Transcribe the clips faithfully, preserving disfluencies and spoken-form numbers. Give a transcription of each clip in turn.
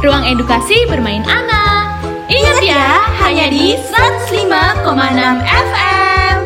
Ruang Edukasi Bermain Anak. Ingat ya, hanya di seratus lima koma enam F M.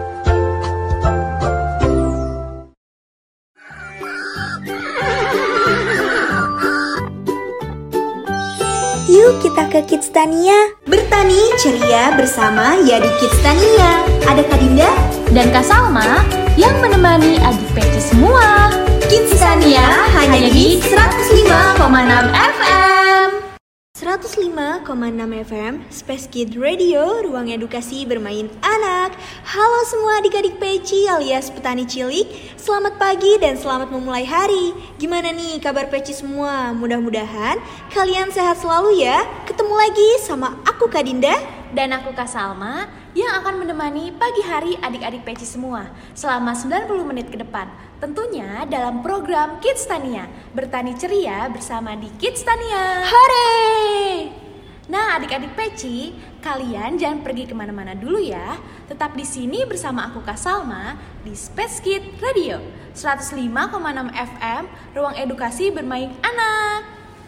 Yuk kita ke Kidstania. Bertani ceria bersama Yadi Kidstania. Ada Kak Dinda dan Kak Salma yang menemani adik Peci semua. Kidstania hanya di seratus lima koma enam F M. seratus lima koma enam F M Space Kid Radio, ruang edukasi bermain anak. Halo semua adik-adik Peci alias petani cilik. Selamat pagi dan selamat memulai hari. Gimana nih kabar Peci semua? Mudah-mudahan kalian sehat selalu ya. Ketemu lagi sama aku Kak Dinda dan aku Kak Salma yang akan menemani pagi hari adik-adik Peci semua selama sembilan puluh menit ke depan. Tentunya dalam program Kidstania, bertani ceria bersama di Kidstania. Hore! Nah adik-adik Peci, kalian jangan pergi kemana-mana dulu ya. Tetap di sini bersama aku Kak Salma di Space Kid Radio seratus lima koma enam F M, ruang edukasi bermain anak.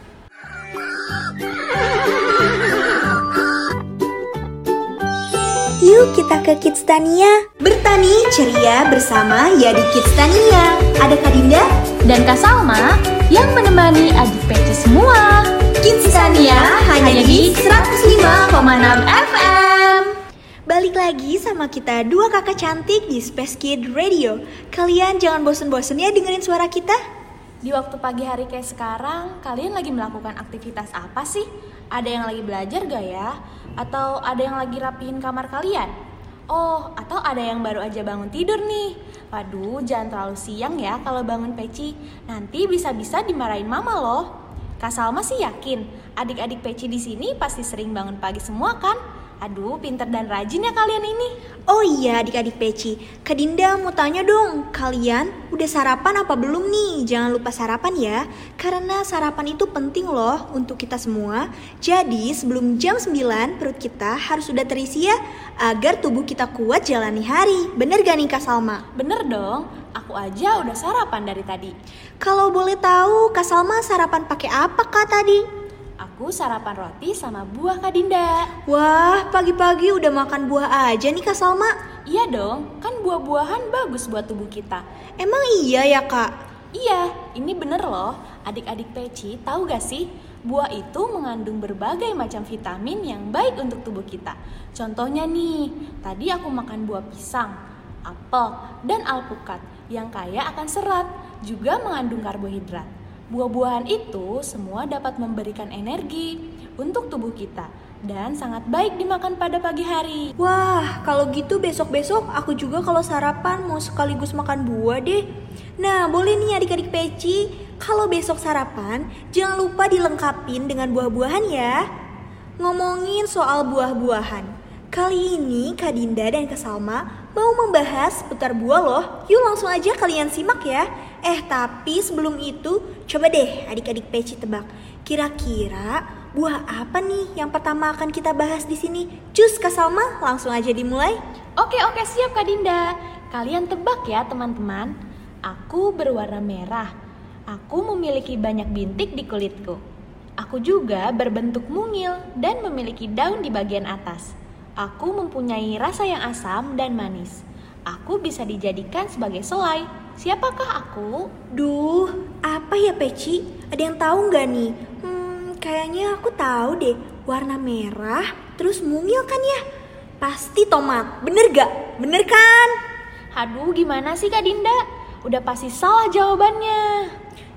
Yuk kita ke Kidstania. Bertani ceria bersama Yadi Kidstania. Ada Kak Dinda dan Kak Salma yang menemani adik Peci semua. Kidstania hanya di seratus lima koma enam F M. Balik lagi sama kita dua kakak cantik di Space Kid Radio. Kalian jangan bosen-bosen ya dengerin suara kita. Di waktu pagi hari kayak sekarang, kalian lagi melakukan aktivitas apa sih? Ada yang lagi belajar gak ya? Atau ada yang lagi rapihin kamar kalian? Oh, atau ada yang baru aja bangun tidur nih. Waduh, jangan terlalu siang ya kalau bangun Peci. Nanti bisa-bisa dimarahin mama loh. Kak Salma sih yakin adik-adik Peci di sini pasti sering bangun pagi semua kan? Aduh, pinter dan rajin ya kalian ini. Oh iya adik-adik Peci, Kak Dinda mau tanya dong, kalian udah sarapan apa belum nih? Jangan lupa sarapan ya, karena sarapan itu penting loh untuk kita semua. Jadi sebelum jam sembilan perut kita harus sudah terisi ya, agar tubuh kita kuat jalani hari. Bener gak nih Kak Salma? Bener dong, aku aja udah sarapan dari tadi. Kalau boleh tahu Kak Salma sarapan pakai apa Kak tadi? Aku sarapan roti sama buah Kak Dinda. Wah, pagi-pagi udah makan buah aja nih Kak Salma. Iya dong, kan buah-buahan bagus buat tubuh kita. Emang iya ya Kak? Iya, ini bener loh. Adik-adik Peci tahu gak sih? Buah itu mengandung berbagai macam vitamin yang baik untuk tubuh kita. Contohnya nih, tadi aku makan buah pisang, apel, dan alpukat yang kaya akan serat, juga mengandung karbohidrat. Buah-buahan itu semua dapat memberikan energi untuk tubuh kita dan sangat baik dimakan pada pagi hari. Wah, kalau gitu besok-besok aku juga kalau sarapan mau sekaligus makan buah deh. Nah, boleh nih adik-adik Peci, kalau besok sarapan jangan lupa dilengkapin dengan buah-buahan ya. Ngomongin soal buah-buahan, kali ini Kak Dinda dan Kak Salma mau membahas seputar buah loh. Yuk langsung aja kalian simak ya. Eh tapi sebelum itu, coba deh adik-adik Peci tebak. Kira-kira buah apa nih yang pertama akan kita bahas di sini? Cus Kak Salma, langsung aja dimulai. Oke oke siap Kak Dinda. Kalian tebak ya teman-teman. Aku berwarna merah. Aku memiliki banyak bintik di kulitku. Aku juga berbentuk mungil dan memiliki daun di bagian atas. Aku mempunyai rasa yang asam dan manis. Aku bisa dijadikan sebagai selai. Siapakah aku? Duh, apa ya Peci? Ada yang tahu nggak nih? Hmm, kayaknya aku tahu deh. Warna merah, terus mungil kan ya? Pasti tomat. Bener gak? Bener kan? Aduh, gimana sih Kak Dinda? Udah pasti salah jawabannya.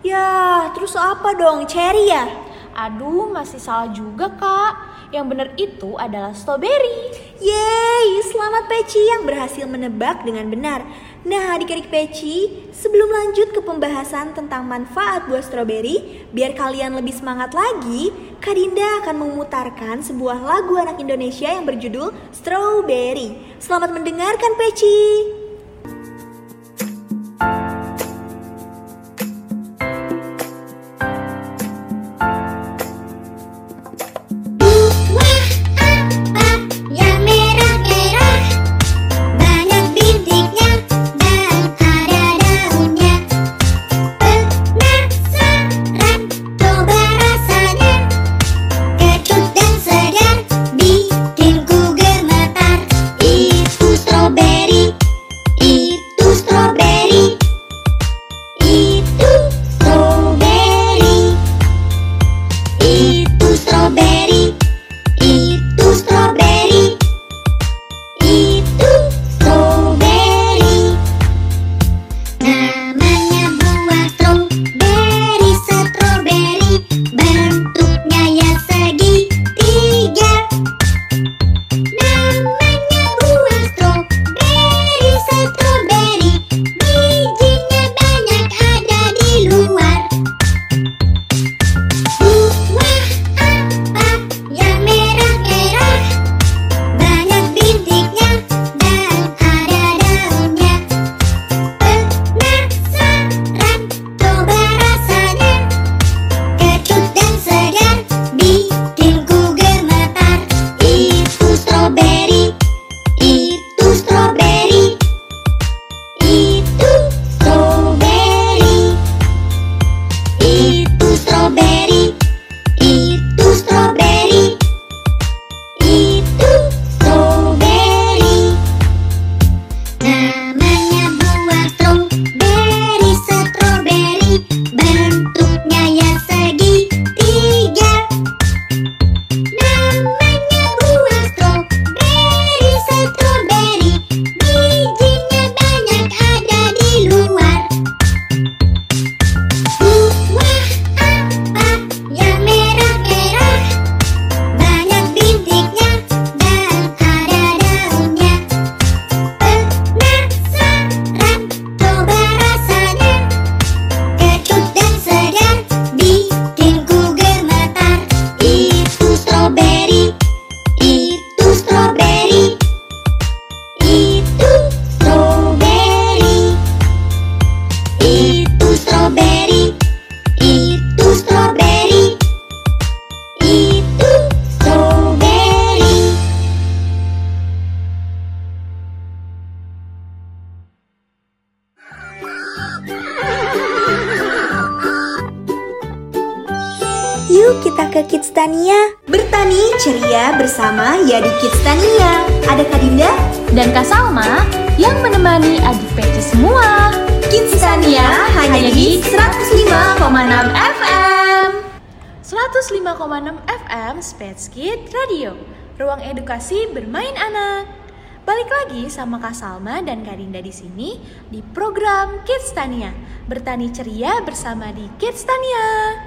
Ya, terus apa dong? Cherry ya? Aduh, masih salah juga Kak. Yang benar itu adalah strawberry. Yeay, selamat Peci yang berhasil menebak dengan benar. Nah adik-adik Peci, sebelum lanjut ke pembahasan tentang manfaat buah strawberry, biar kalian lebih semangat lagi, Kak Dinda akan memutarkan sebuah lagu anak Indonesia yang berjudul Strawberry. Selamat mendengarkan Peci. Yuk kita ke Kidstania. Bertani ceria bersama Yadi Kidstania. Ada Kak Dinda dan Kak Salma yang menemani adik Peci semua. Kidstania hanya di seratus lima koma enam F M. seratus lima koma enam F M Spets Kid Radio. Ruang edukasi bermain anak. Balik lagi sama Kak Salma dan Kak Dinda di sini di program Kidstania. Bertani ceria bersama di Kidstania.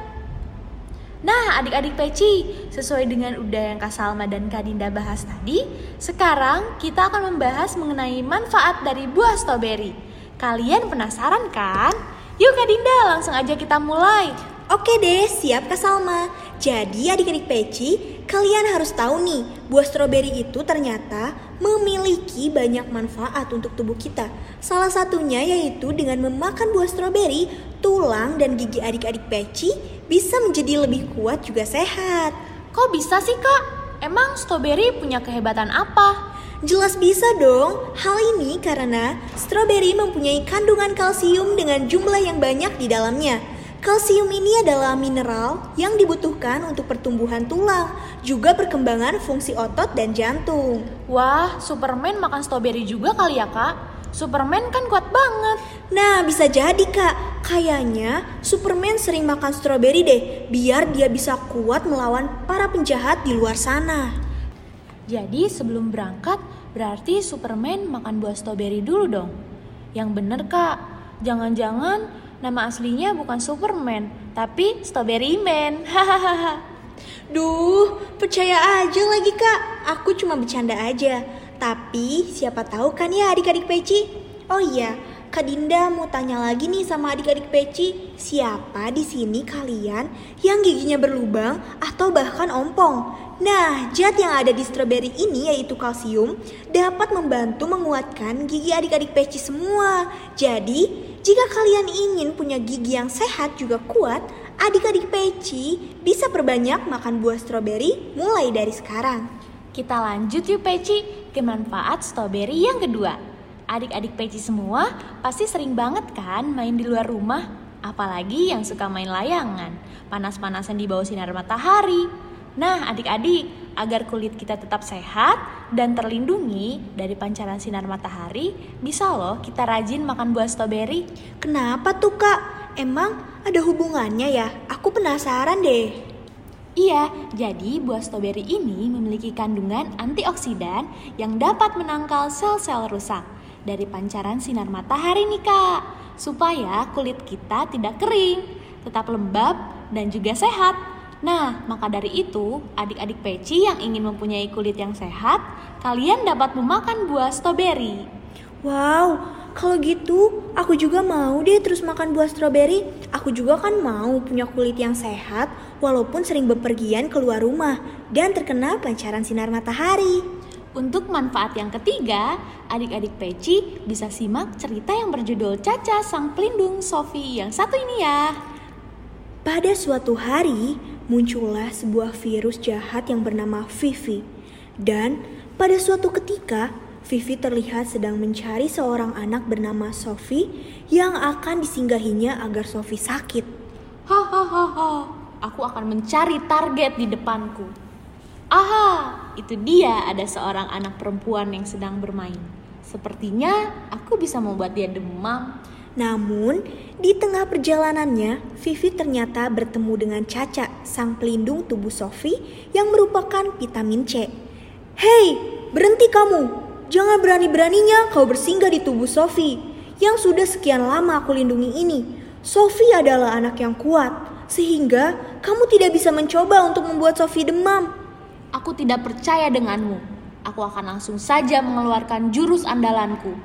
Nah, adik-adik Peci, sesuai dengan udah yang Kak Salma dan Kak Dinda bahas tadi, sekarang kita akan membahas mengenai manfaat dari buah stroberi. Kalian penasaran kan? Yuk Kak Dinda, langsung aja kita mulai. Oke deh, siap Kak Salma. Jadi adik-adik Peci, kalian harus tahu nih, buah stroberi itu ternyata memiliki banyak manfaat untuk tubuh kita. Salah satunya yaitu dengan memakan buah stroberi, tulang dan gigi adik-adik Peci bisa menjadi lebih kuat juga sehat. Kok bisa sih Kak? Emang stroberi punya kehebatan apa? Jelas bisa dong. Hal ini karena stroberi mempunyai kandungan kalsium dengan jumlah yang banyak di dalamnya. Kalsium ini adalah mineral yang dibutuhkan untuk pertumbuhan tulang, juga perkembangan fungsi otot dan jantung. Wah, Superman makan stroberi juga kali ya Kak? Superman kan kuat banget. Nah, bisa jadi Kak. Kayaknya Superman sering makan stroberi deh, biar dia bisa kuat melawan para penjahat di luar sana. Jadi sebelum berangkat, berarti Superman makan buah stroberi dulu dong. Yang bener Kak, jangan-jangan nama aslinya bukan Superman, tapi Strawberry Man. Hahaha. Duh, percaya aja lagi Kak. Aku cuma bercanda aja. Tapi siapa tahu kan ya adik-adik Peci. Oh iya, Kak Dinda mau tanya lagi nih sama adik-adik Peci. Siapa di sini kalian yang giginya berlubang atau bahkan ompong? Nah, zat yang ada di stroberi ini yaitu kalsium dapat membantu menguatkan gigi adik-adik Peci semua. Jadi, jika kalian ingin punya gigi yang sehat juga kuat, adik-adik Peci bisa perbanyak makan buah stroberi mulai dari sekarang. Kita lanjut yuk Peci ke manfaat stroberi yang kedua. Adik-adik Peci semua pasti sering banget kan main di luar rumah, apalagi yang suka main layangan, panas-panasan di bawah sinar matahari. Nah adik-adik, agar kulit kita tetap sehat dan terlindungi dari pancaran sinar matahari, bisa loh kita rajin makan buah stroberi. Kenapa tuh Kak? Emang ada hubungannya ya? Aku penasaran deh. Iya, jadi buah stroberi ini memiliki kandungan antioksidan yang dapat menangkal sel-sel rusak dari pancaran sinar matahari nih Kak, supaya kulit kita tidak kering, tetap lembab dan juga sehat. Nah, maka dari itu, adik-adik Peci yang ingin mempunyai kulit yang sehat, kalian dapat memakan buah stroberi. Wow, kalau gitu aku juga mau deh terus makan buah stroberi. Aku juga kan mau punya kulit yang sehat walaupun sering bepergian keluar rumah dan terkena pancaran sinar matahari. Untuk manfaat yang ketiga, adik-adik Peci bisa simak cerita yang berjudul Caca Sang Pelindung Sophie yang satu ini ya. Pada suatu hari, muncullah sebuah virus jahat yang bernama Vivi. Dan pada suatu ketika, Vivi terlihat sedang mencari seorang anak bernama Sophie yang akan disinggahinya agar Sophie sakit. Hahaha, aku akan mencari target di depanku. Aha, itu dia ada seorang anak perempuan yang sedang bermain. Sepertinya aku bisa membuat dia demam. Namun, di tengah perjalanannya, Vivi ternyata bertemu dengan Caca, sang pelindung tubuh Sophie yang merupakan vitamin C. Hei, berhenti kamu! Jangan berani-beraninya kau bersinggah di tubuh Sophie yang sudah sekian lama aku lindungi ini. Sophie adalah anak yang kuat, sehingga kamu tidak bisa mencoba untuk membuat Sophie demam. Aku tidak percaya denganmu. Aku akan langsung saja mengeluarkan jurus andalanku.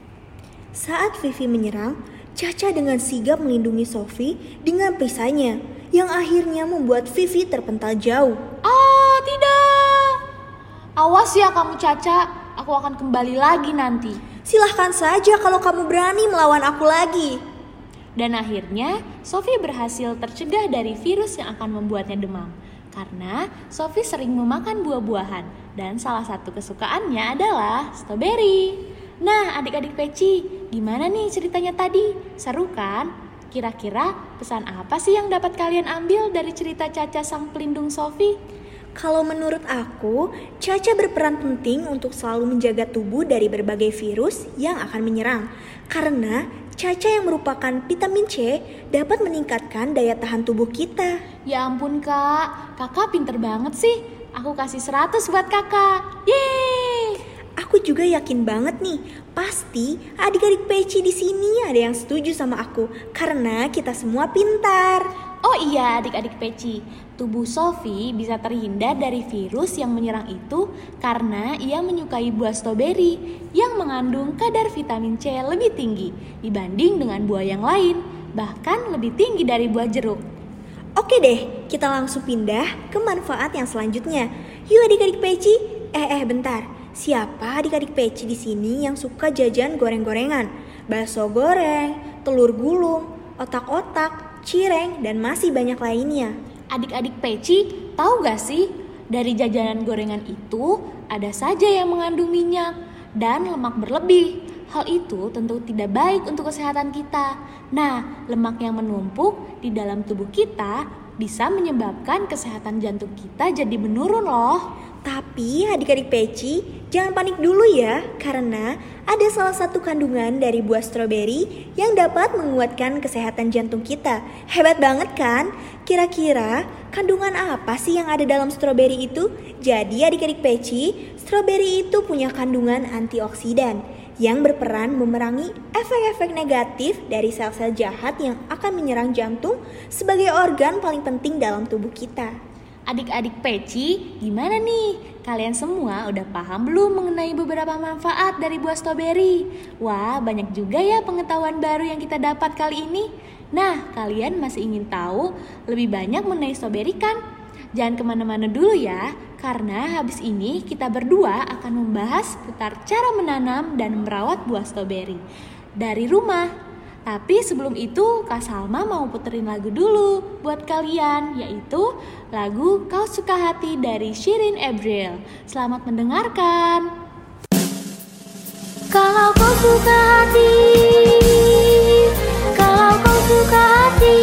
Saat Vivi menyerang, Caca dengan sigap melindungi Sophie dengan perisainya, yang akhirnya membuat Vivi terpental jauh. Ah, tidak! Awas ya kamu Caca. Aku akan kembali lagi nanti. Silahkan saja kalau kamu berani melawan aku lagi. Dan akhirnya Sophie berhasil tercegah dari virus yang akan membuatnya demam. Karena Sophie sering memakan buah-buahan dan salah satu kesukaannya adalah stroberi. Nah, adik-adik Peci, gimana nih ceritanya tadi? Seru kan? Kira-kira pesan apa sih yang dapat kalian ambil dari cerita Caca sang pelindung Sofi? Kalau menurut aku, Caca berperan penting untuk selalu menjaga tubuh dari berbagai virus yang akan menyerang. Karena Caca yang merupakan vitamin C dapat meningkatkan daya tahan tubuh kita. Ya ampun kak, kakak pinter banget sih. Aku kasih seratus buat kakak. Yeay! Aku juga yakin banget nih, pasti adik-adik Peci di sini ada yang setuju sama aku karena kita semua pintar. Oh iya adik-adik Peci, tubuh Sofi bisa terhindar dari virus yang menyerang itu karena ia menyukai buah stroberi yang mengandung kadar vitamin C lebih tinggi dibanding dengan buah yang lain, bahkan lebih tinggi dari buah jeruk. Oke deh, kita langsung pindah ke manfaat yang selanjutnya. Yuk adik-adik Peci, eh eh bentar. Siapa adik-adik Peci di sini yang suka jajan goreng-gorengan? Bakso goreng, telur gulung, otak-otak, cireng, dan masih banyak lainnya. Adik-adik Peci, tahu gak sih? Dari jajanan gorengan itu ada saja yang mengandung minyak dan lemak berlebih. Hal itu tentu tidak baik untuk kesehatan kita. Nah, lemak yang menumpuk di dalam tubuh kita bisa menyebabkan kesehatan jantung kita jadi menurun loh. Tapi adik-adik Peci, jangan panik dulu ya, karena ada salah satu kandungan dari buah stroberi yang dapat menguatkan kesehatan jantung kita. Hebat banget kan? Kira-kira kandungan apa sih yang ada dalam stroberi itu? Jadi adik-adik Peci, stroberi itu punya kandungan antioksidan yang berperan memerangi efek-efek negatif dari sel-sel jahat yang akan menyerang jantung sebagai organ paling penting dalam tubuh kita. Adik-adik Peci, gimana nih? Kalian semua udah paham belum mengenai beberapa manfaat dari buah stroberi? Wah, banyak juga ya pengetahuan baru yang kita dapat kali ini. Nah, kalian masih ingin tahu lebih banyak mengenai stroberi kan? Jangan kemana-mana dulu ya, karena habis ini kita berdua akan membahas seputar cara menanam dan merawat buah stroberi dari rumah. Tapi sebelum itu, Kak Salma mau puterin lagu dulu buat kalian, yaitu lagu Kau Suka Hati dari Shirin Abril. Selamat mendengarkan. Kalau kau suka hati, kalau kau suka hati,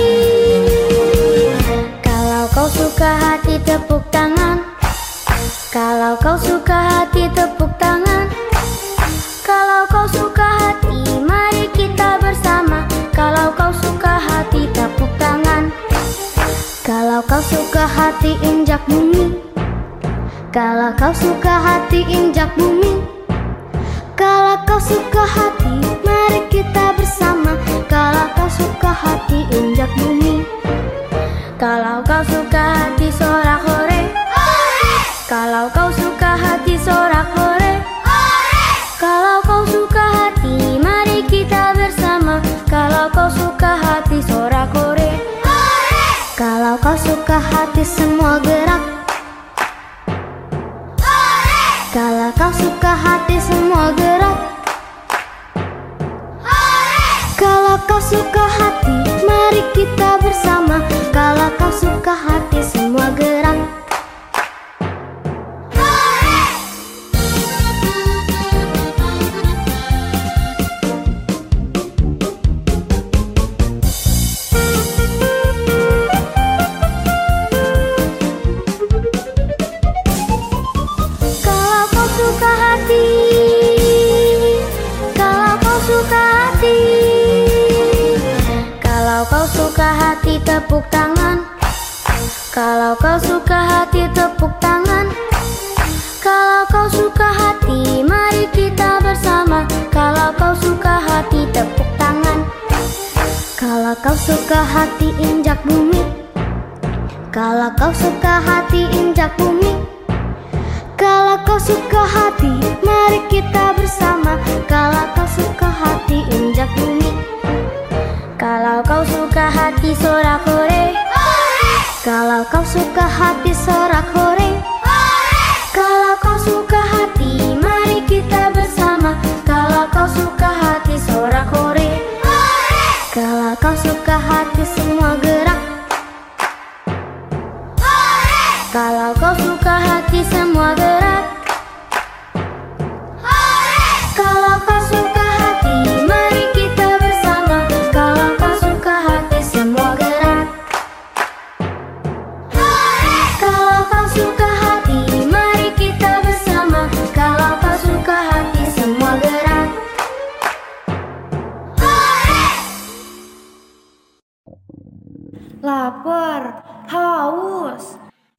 kalau kau suka hati tepuk tangan. Kalau kau suka hati tepuk tangan. Kalau kau suka hati, mari kita bersama. Kalau kau suka hati, tepuk tangan. Kalau kau suka hati, injak bumi. Kalau kau suka hati, injak bumi. Kalau kau suka hati, mari kita bersama. Kalau kau suka hati, injak bumi. Kalau kau suka hati, sorak-hore. Kalau kau suka hati, sorak-hore. Kalau kau suka hati, mari kita bersama. Kalau kau suka hati, sorak-hore. Kalau kau suka hati, semua gerak. Kalau kau suka hati, semua gerak. Kalau kau suka hati, mari kita bersama. Kalau kau suka hati, semua gerak. Tepuk tangan. Kalau kau suka hati, tepuk tangan. Kalau kau suka hati, mari kita bersama. Kalau kau suka hati, tepuk tangan. Kalau kau suka hati, injak bumi. Kalau kau suka hati, injak bumi. Kalau kau suka hati, mari kita bersama. Kalau kau suka hati, injak bumi. Kalau kau suka hati, sorak-hore. Kalau kau suka hati, sorak-hore. Kalau kau suka hati, mari kita bersama. Kalau kau suka hati, sorak-hore. Kalau kau suka hati, semua gerak. Kalau kau suka hati, semua gerak. Kalau kau lapar, haus.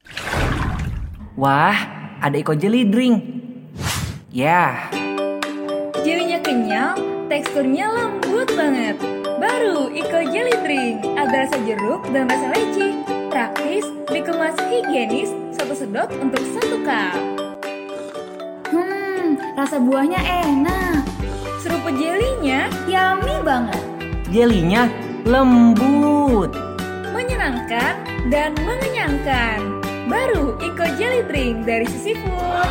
Wah, ada Iko Jelly Drink. Yah. Jelinya kenyal, teksturnya lembut banget. Baru Iko Jelly Drink, ada rasa jeruk dan rasa leci. Praktis, dikemas higienis, satu sedot untuk satu cup. Hmm, rasa buahnya enak. Seruput jelinya yummy banget. Jelinya lembut, menyenangkan dan mengenyangkan. Baru Iko Jelly Drink dari Sisi Food.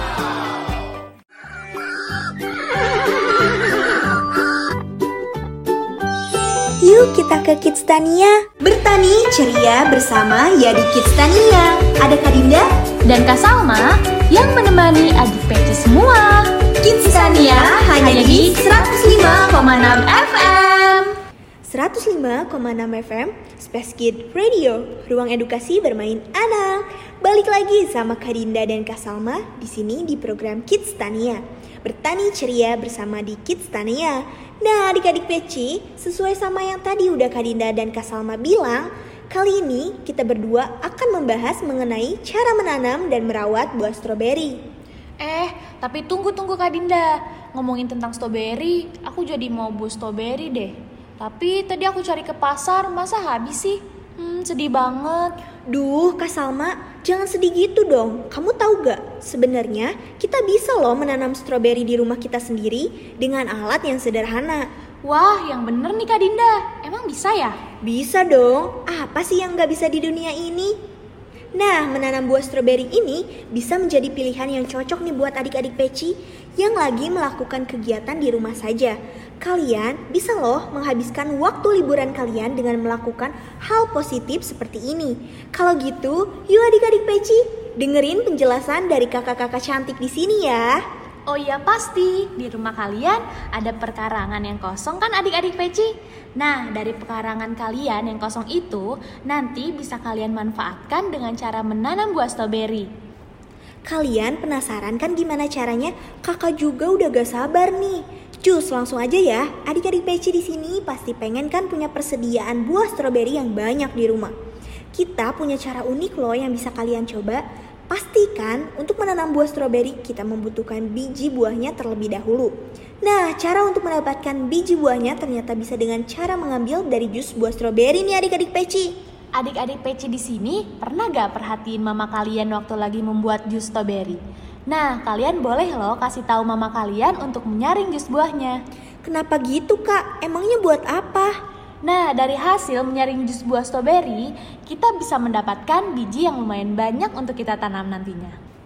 Yuk kita ke Kidstania. Bertani ceria bersama Yadi Kidstania. Ada Kak Dinda dan Kak Salma yang menemani adik Peci semua. Kidstania hanya di seratus lima koma enam F M. seratus lima koma enam F M Space Kid Radio, ruang edukasi bermain anak. Balik lagi sama Kak Dinda dan Kak Salma di sini di program Kidstania. Bertani ceria bersama di Kidstania. Nah, adik-adik Peci, sesuai sama yang tadi udah Kak Dinda dan Kak Salma bilang, kali ini kita berdua akan membahas mengenai cara menanam dan merawat buah stroberi. Eh, tapi tunggu-tunggu Kak Dinda. Ngomongin tentang stroberi, aku jadi mau buah stroberi deh. Tapi tadi aku cari ke pasar, masa habis sih? Hmm, sedih banget. Duh, Kak Salma, jangan sedih gitu dong. Kamu tahu gak? Sebenarnya kita bisa loh menanam stroberi di rumah kita sendiri dengan alat yang sederhana. Wah, yang bener nih Kak Dinda. Emang bisa ya? Bisa dong. Apa sih yang gak bisa di dunia ini? Nah, menanam buah stroberi ini bisa menjadi pilihan yang cocok nih buat adik-adik Peci yang lagi melakukan kegiatan di rumah saja. Kalian bisa loh menghabiskan waktu liburan kalian dengan melakukan hal positif seperti ini. Kalau gitu, yuk adik-adik Peci, dengerin penjelasan dari kakak-kakak cantik di sini ya. Oh iya pasti, di rumah kalian ada perkarangan yang kosong kan adik-adik Peci? Nah, dari pekarangan kalian yang kosong itu, nanti bisa kalian manfaatkan dengan cara menanam buah stroberi. Kalian penasaran kan gimana caranya? Kakak juga udah gak sabar nih. Cus, langsung aja ya. Adik-adik Peci di sini pasti pengen kan punya persediaan buah stroberi yang banyak di rumah. Kita punya cara unik loh yang bisa kalian coba. Pastikan untuk menanam buah stroberi kita membutuhkan biji buahnya terlebih dahulu. Nah, cara untuk mendapatkan biji buahnya ternyata bisa dengan cara mengambil dari jus buah stroberi nih adik-adik Peci. Adik-adik Peci di sini pernah gak perhatiin mama kalian waktu lagi membuat jus stroberi? Nah, kalian boleh loh kasih tahu mama kalian untuk menyaring jus buahnya. Kenapa gitu, Kak? Emangnya buat apa? Nah, dari hasil menyaring jus buah stroberi, kita bisa mendapatkan biji yang lumayan banyak untuk kita tanam nantinya.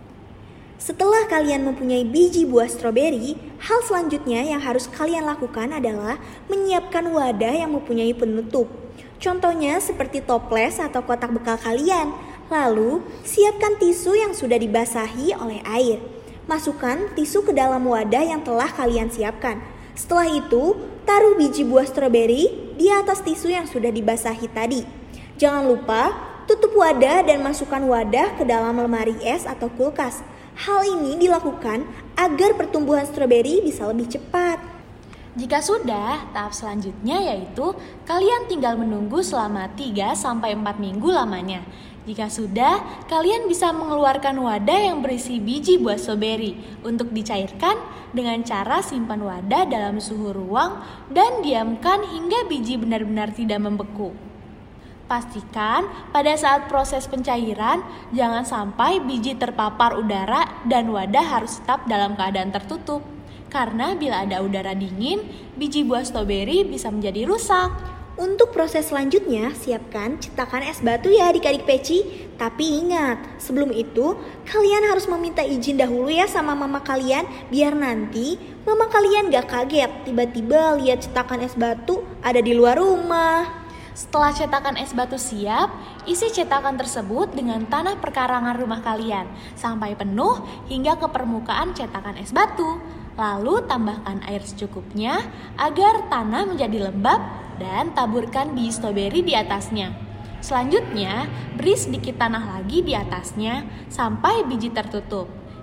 Setelah kalian mempunyai biji buah stroberi, hal selanjutnya yang harus kalian lakukan adalah menyiapkan wadah yang mempunyai penutup. Contohnya seperti toples atau kotak bekal kalian. Lalu, siapkan tisu yang sudah dibasahi oleh air. Masukkan tisu ke dalam wadah yang telah kalian siapkan. Setelah itu, taruh biji buah stroberi di atas tisu yang sudah dibasahi tadi. Jangan lupa, tutup wadah dan masukkan wadah ke dalam lemari es atau kulkas. Hal ini dilakukan agar pertumbuhan stroberi bisa lebih cepat. Jika sudah, tahap selanjutnya yaitu kalian tinggal menunggu selama tiga sampai empat minggu lamanya. Jika sudah, kalian bisa mengeluarkan wadah yang berisi biji buah stroberi untuk dicairkan dengan cara simpan wadah dalam suhu ruang dan diamkan hingga biji benar-benar tidak membeku. Pastikan pada saat proses pencairan, jangan sampai biji terpapar udara dan wadah harus tetap dalam keadaan tertutup. Karena bila ada udara dingin, biji buah stroberi bisa menjadi rusak. Untuk proses selanjutnya, siapkan cetakan es batu ya adik-adik Peci. Tapi ingat, sebelum itu kalian harus meminta izin dahulu ya sama mama kalian, biar nanti mama kalian gak kaget tiba-tiba lihat cetakan es batu ada di luar rumah. Setelah cetakan es batu siap, isi cetakan tersebut dengan tanah perkarangan rumah kalian sampai penuh hingga ke permukaan cetakan es batu. Lalu tambahkan air secukupnya agar tanah menjadi lembab dan taburkan biji stroberi di atasnya. Selanjutnya, beri sedikit tanah lagi di atasnya sampai biji tertutup.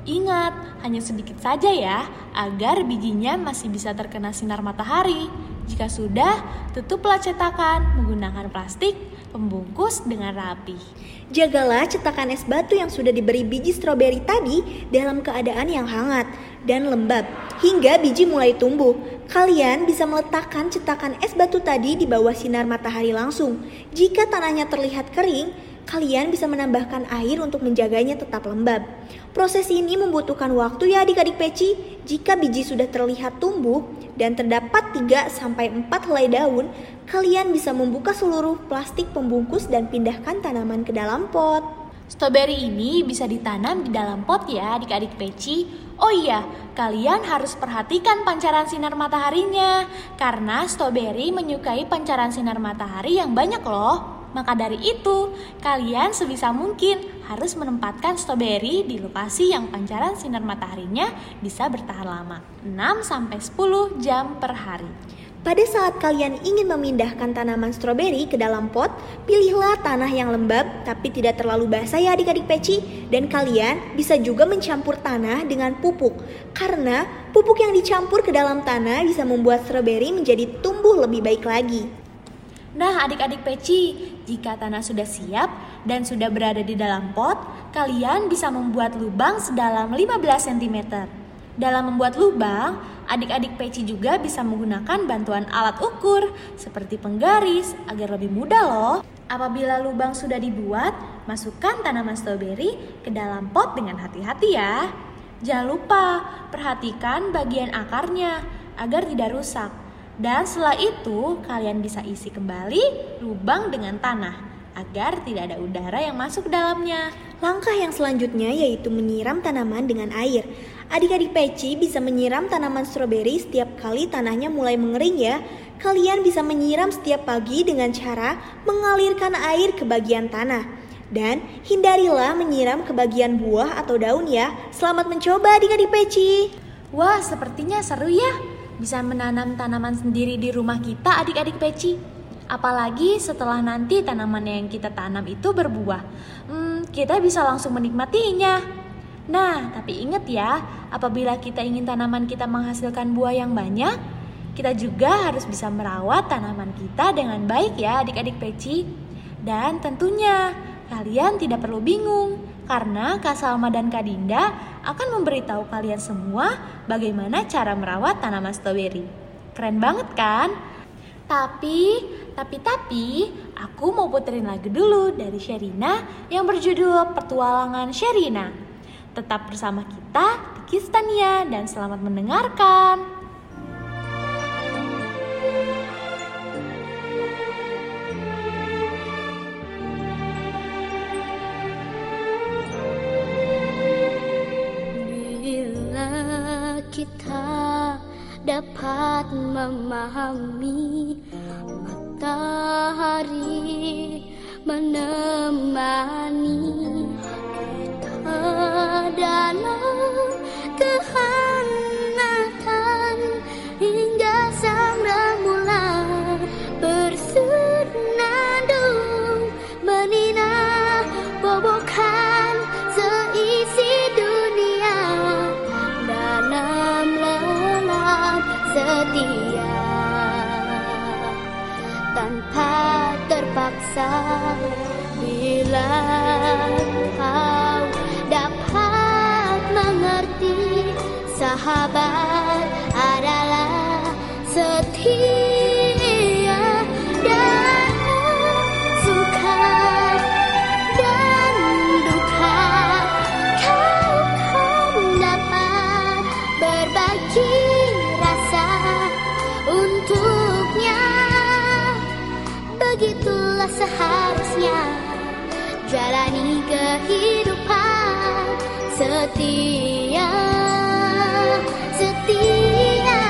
Ingat, hanya sedikit saja ya, agar bijinya masih bisa terkena sinar matahari. Jika sudah, tutuplah cetakan menggunakan plastik pembungkus dengan rapi. Jagalah cetakan es batu yang sudah diberi biji stroberi tadi dalam keadaan yang hangat dan lembab hingga biji mulai tumbuh. Kalian bisa meletakkan cetakan es batu tadi di bawah sinar matahari langsung. Jika tanahnya terlihat kering, kalian bisa menambahkan air untuk menjaganya tetap lembab. Proses ini membutuhkan waktu ya adik-adik peci. Jika biji sudah terlihat tumbuh dan terdapat tiga sampai empat helai daun, kalian bisa membuka seluruh plastik pembungkus dan pindahkan tanaman ke dalam pot. Stroberi ini bisa ditanam di dalam pot ya adik-adik peci. Oh iya, kalian harus perhatikan pancaran sinar mataharinya, karena stroberi menyukai pancaran sinar matahari yang banyak loh. Maka dari itu, kalian sebisa mungkin harus menempatkan stroberi di lokasi yang pancaran sinar mataharinya bisa bertahan lama, enam sampai sepuluh jam per hari. Pada saat kalian ingin memindahkan tanaman stroberi ke dalam pot, pilihlah tanah yang lembab tapi tidak terlalu basah ya adik-adik peci. Dan kalian bisa juga mencampur tanah dengan pupuk, karena pupuk yang dicampur ke dalam tanah bisa membuat stroberi menjadi tumbuh lebih baik lagi. Nah adik-adik peci, jika tanah sudah siap dan sudah berada di dalam pot, kalian bisa membuat lubang sedalam lima belas sentimeter. Dalam membuat lubang, adik-adik peci juga bisa menggunakan bantuan alat ukur seperti penggaris agar lebih mudah loh. Apabila lubang sudah dibuat, masukkan tanaman stroberi ke dalam pot dengan hati-hati ya. Jangan lupa perhatikan bagian akarnya agar tidak rusak. Dan setelah itu, kalian bisa isi kembali lubang dengan tanah agar tidak ada udara yang masuk ke dalamnya. Langkah yang selanjutnya yaitu menyiram tanaman dengan air. Adik-adik peci bisa menyiram tanaman stroberi setiap kali tanahnya mulai mengering ya. Kalian bisa menyiram setiap pagi dengan cara mengalirkan air ke bagian tanah. Dan hindarilah menyiram ke bagian buah atau daun ya. Selamat mencoba adik-adik peci. Wah, sepertinya seru ya. Bisa menanam tanaman sendiri di rumah kita adik-adik peci. Apalagi setelah nanti tanaman yang kita tanam itu berbuah, hmm, kita bisa langsung menikmatinya. Nah, tapi ingat ya, apabila kita ingin tanaman kita menghasilkan buah yang banyak, kita juga harus bisa merawat tanaman kita dengan baik ya adik-adik peci. Dan tentunya kalian tidak perlu bingung, karena Kak Salma dan Kak Dinda akan memberitahu kalian semua bagaimana cara merawat tanaman stroberi. Keren banget kan? Tapi, tapi, tapi, aku mau puterin lagu dulu dari Sherina yang berjudul Petualangan Sherina. Tetap bersama kita di Kistania dan selamat mendengarkan. Kita dapat memahami matahari menemani kita dalam kehangatan hingga sang rembulan bersenandung menina bobokan seisi dunia dalam lelap setia tanpa terpaksa. Bila kau dapat mengerti, sahabat adalah setia dan suka dan duka. Kau kan dapat berbagi rasa untuknya. Begitulah seharusnya jalani kehidupan setia, setia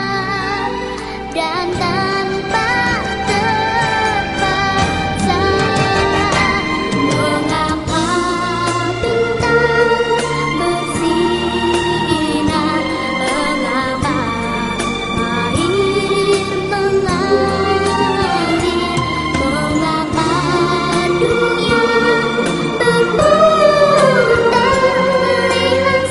dan tanpa terpaksa. Mengapa bintang bersinar, mengapa air mengalir, mengapa dunia berputar melihat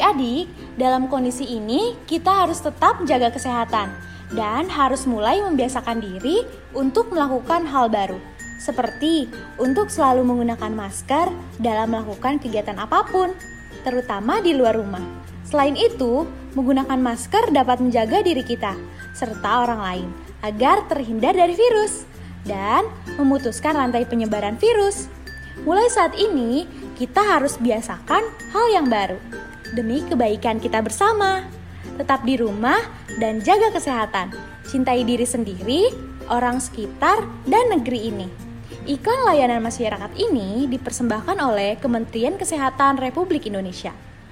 Adik-adik, dalam kondisi ini kita harus tetap jaga kesehatan dan harus mulai membiasakan diri untuk melakukan hal baru. Seperti untuk selalu menggunakan masker dalam melakukan kegiatan apapun, terutama di luar rumah. Selain itu, menggunakan masker dapat menjaga diri kita serta orang lain agar terhindar dari virus dan memutuskan rantai penyebaran virus. Mulai saat ini, kita harus biasakan hal yang baru demi kebaikan kita bersama. Tetap di rumah dan jaga kesehatan. Cintai diri sendiri, orang sekitar, dan negeri ini. Iklan layanan masyarakat ini dipersembahkan oleh Kementerian Kesehatan Republik Indonesia.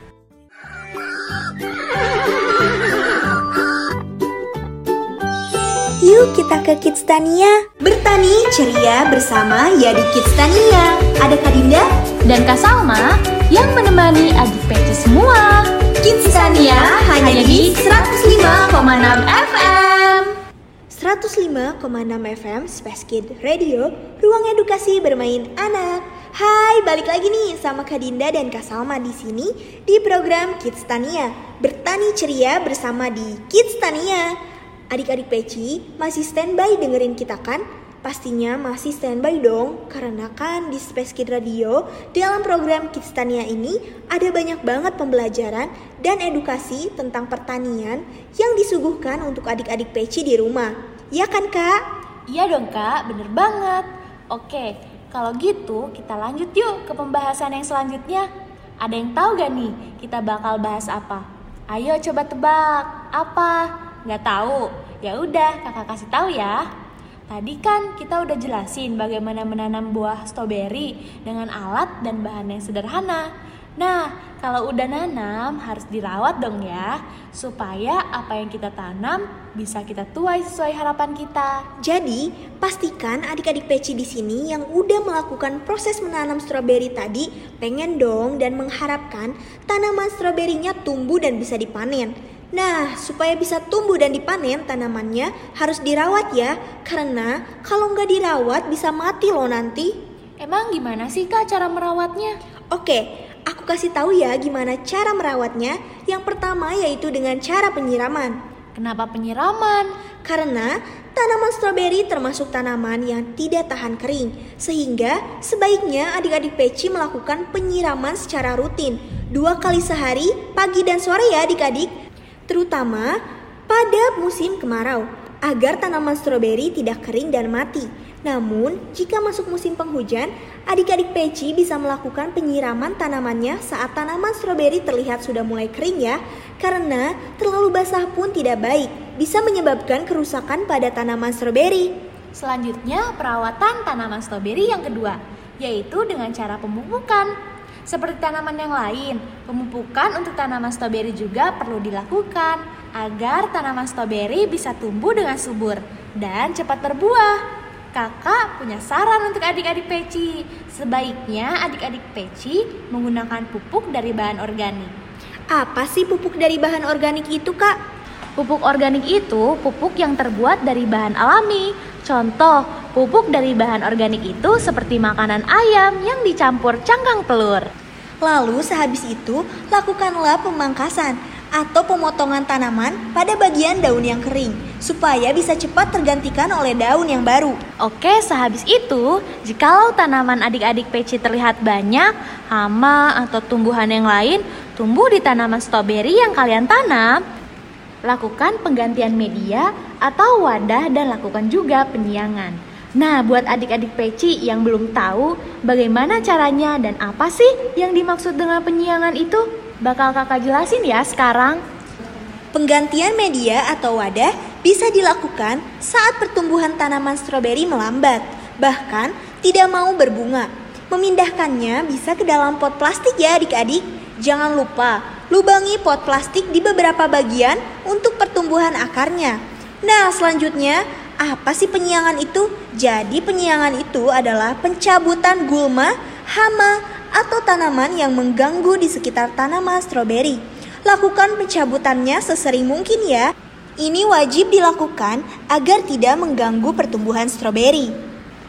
Yuk kita ke Kidstania, bertani ceria bersama Yadi Kidstania. Ada Kak Dinda dan Kak Salma yang menemani adik Peci semua. Kidstania hanya di seratus lima koma enam F M. seratus lima koma enam F M Space Kid Radio, ruang edukasi bermain anak. Hai, balik lagi nih sama Kak Dinda dan Kak Salma di sini di program Kidstania, bertani ceria bersama di Kidstania. Adik-adik Peci masih standby dengerin kita kan? Pastinya masih standby dong, karena kan di Space Kid Radio dalam program Kidstania ini ada banyak banget pembelajaran dan edukasi tentang pertanian yang disuguhkan untuk adik-adik Peci di rumah. Ya kan Kak? Iya dong Kak, bener banget. Oke, kalau gitu kita lanjut yuk ke pembahasan yang selanjutnya. Ada yang tahu gak nih kita bakal bahas apa? Ayo coba tebak, apa? Gak tahu? Ya udah, kakak kasih tahu ya. Tadi kan kita udah jelasin bagaimana menanam buah stroberi dengan alat dan bahan yang sederhana. Nah, kalau udah nanam harus dirawat dong ya, supaya apa yang kita tanam bisa kita tuai sesuai harapan kita. Jadi, pastikan adik-adik Peci di sini yang udah melakukan proses menanam stroberi tadi pengen dong dan mengharapkan tanaman stroberinya tumbuh dan bisa dipanen. Nah, supaya bisa tumbuh dan dipanen, tanamannya harus dirawat ya, karena kalau nggak dirawat bisa mati loh nanti. Emang gimana sih Kak cara merawatnya? Oke, aku kasih tahu ya gimana cara merawatnya. Yang pertama yaitu dengan cara penyiraman. Kenapa penyiraman? Karena tanaman stroberi termasuk tanaman yang tidak tahan kering, sehingga sebaiknya adik-adik Peci melakukan penyiraman secara rutin, dua kali sehari, pagi dan sore ya adik-adik. Terutama pada musim kemarau, agar tanaman stroberi tidak kering dan mati. Namun, jika masuk musim penghujan, adik-adik Peci bisa melakukan penyiraman tanamannya saat tanaman stroberi terlihat sudah mulai kering ya, karena terlalu basah pun tidak baik, bisa menyebabkan kerusakan pada tanaman stroberi. Selanjutnya, perawatan tanaman stroberi yang kedua, yaitu dengan cara pemupukan. Seperti tanaman yang lain, pemupukan untuk tanaman stroberi juga perlu dilakukan agar tanaman stroberi bisa tumbuh dengan subur dan cepat berbuah. Kakak punya saran untuk adik-adik Peci. Sebaiknya adik-adik Peci menggunakan pupuk dari bahan organik. Apa sih pupuk dari bahan organik itu, Kak? Pupuk organik itu pupuk yang terbuat dari bahan alami. Contoh, pupuk dari bahan organik itu seperti makanan ayam yang dicampur cangkang telur. Lalu sehabis itu, lakukanlah pemangkasan atau pemotongan tanaman pada bagian daun yang kering, supaya bisa cepat tergantikan oleh daun yang baru. Oke, sehabis itu, jikalau tanaman adik-adik Peci terlihat banyak, hama atau tumbuhan yang lain tumbuh di tanaman stroberi yang kalian tanam, lakukan penggantian media atau wadah dan lakukan juga penyiangan. Nah, buat adik-adik Peci yang belum tahu bagaimana caranya dan apa sih yang dimaksud dengan penyiangan itu, bakal kakak jelasin ya sekarang. Penggantian media atau wadah bisa dilakukan saat pertumbuhan tanaman stroberi melambat, bahkan tidak mau berbunga. Memindahkannya bisa ke dalam pot plastik ya adik-adik. Jangan lupa lubangi pot plastik di beberapa bagian untuk pertumbuhan akarnya. Nah, selanjutnya, apa sih penyiangan itu? Jadi penyiangan itu adalah pencabutan gulma, hama, atau tanaman yang mengganggu di sekitar tanaman stroberi. Lakukan pencabutannya sesering mungkin ya. Ini wajib dilakukan agar tidak mengganggu pertumbuhan stroberi.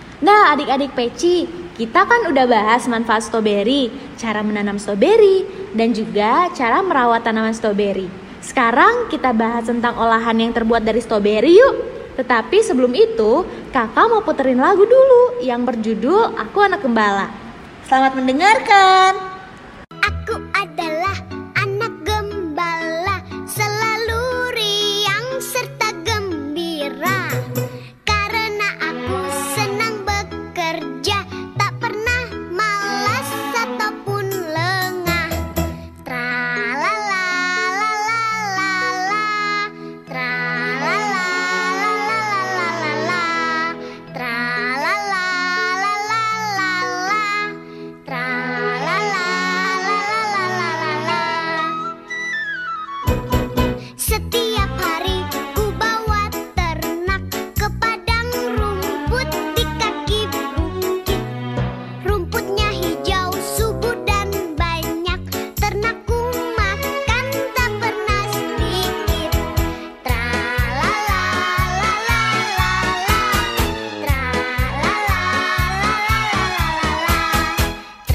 Nah, adik-adik Peci, kita kan udah bahas manfaat stroberi, cara menanam stroberi, dan juga cara merawat tanaman stroberi. Sekarang kita bahas tentang olahan yang terbuat dari stroberi yuk. Tetapi sebelum itu, kakak mau puterin lagu dulu yang berjudul Aku Anak Gembala. Selamat mendengarkan. Aku adalah anak gembala, selalu riang serta gembira. Karena aku senang bekerja, tak pernah malas ataupun lengah. Tralalalala, tralalalala, setiap hari ku bawa ternak ke padang rumput di kaki bukit. Rumputnya hijau, subur dan banyak, ternakku makan tak pernah sedikit. Tralalalala, tralalalala,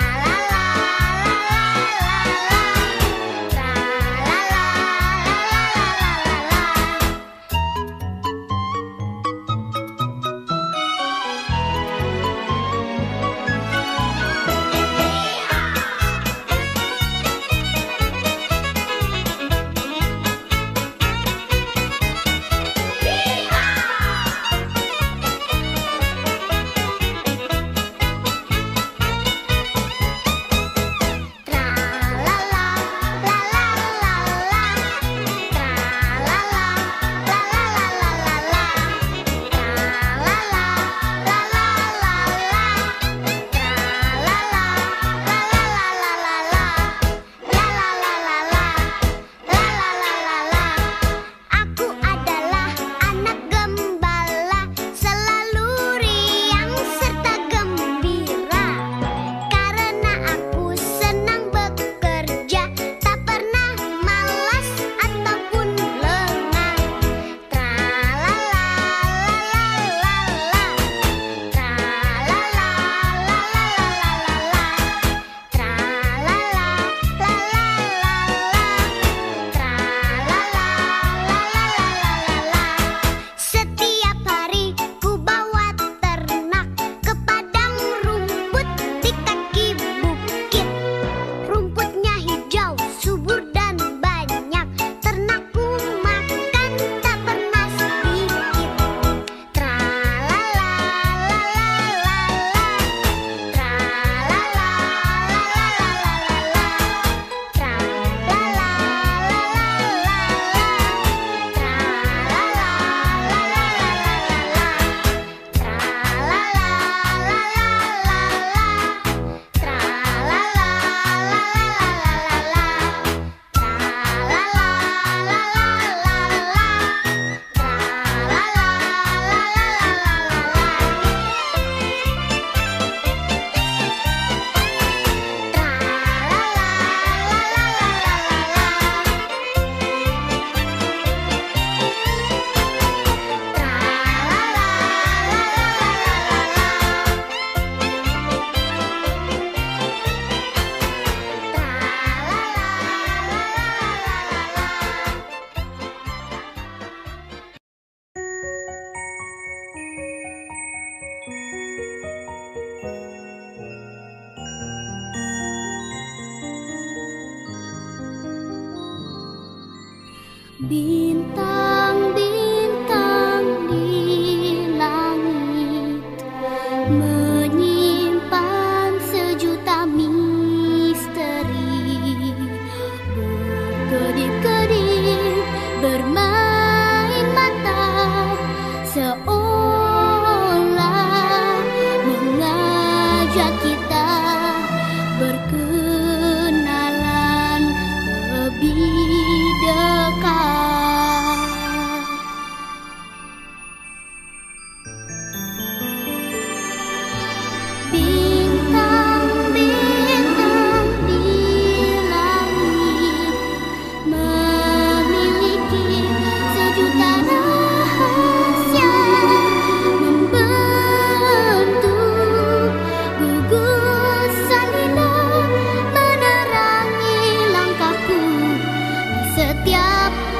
aku adalah anak gembala, selalu riang serta gembira. Karena aku senang bekerja, tak pernah malas ataupun lengah. Tralalalala, setiap hari ku bawa ternak ke padang rumput di kaki bukit. Rumputnya hijau, subur dan banyak, ternakku makan tak pernah sedikit. Tralalalala, bintang-bintang di langit menyimpan sejuta misteri, berkedip-kedip bermain mata, seolah mengajak kita berkenalan lebih dekat.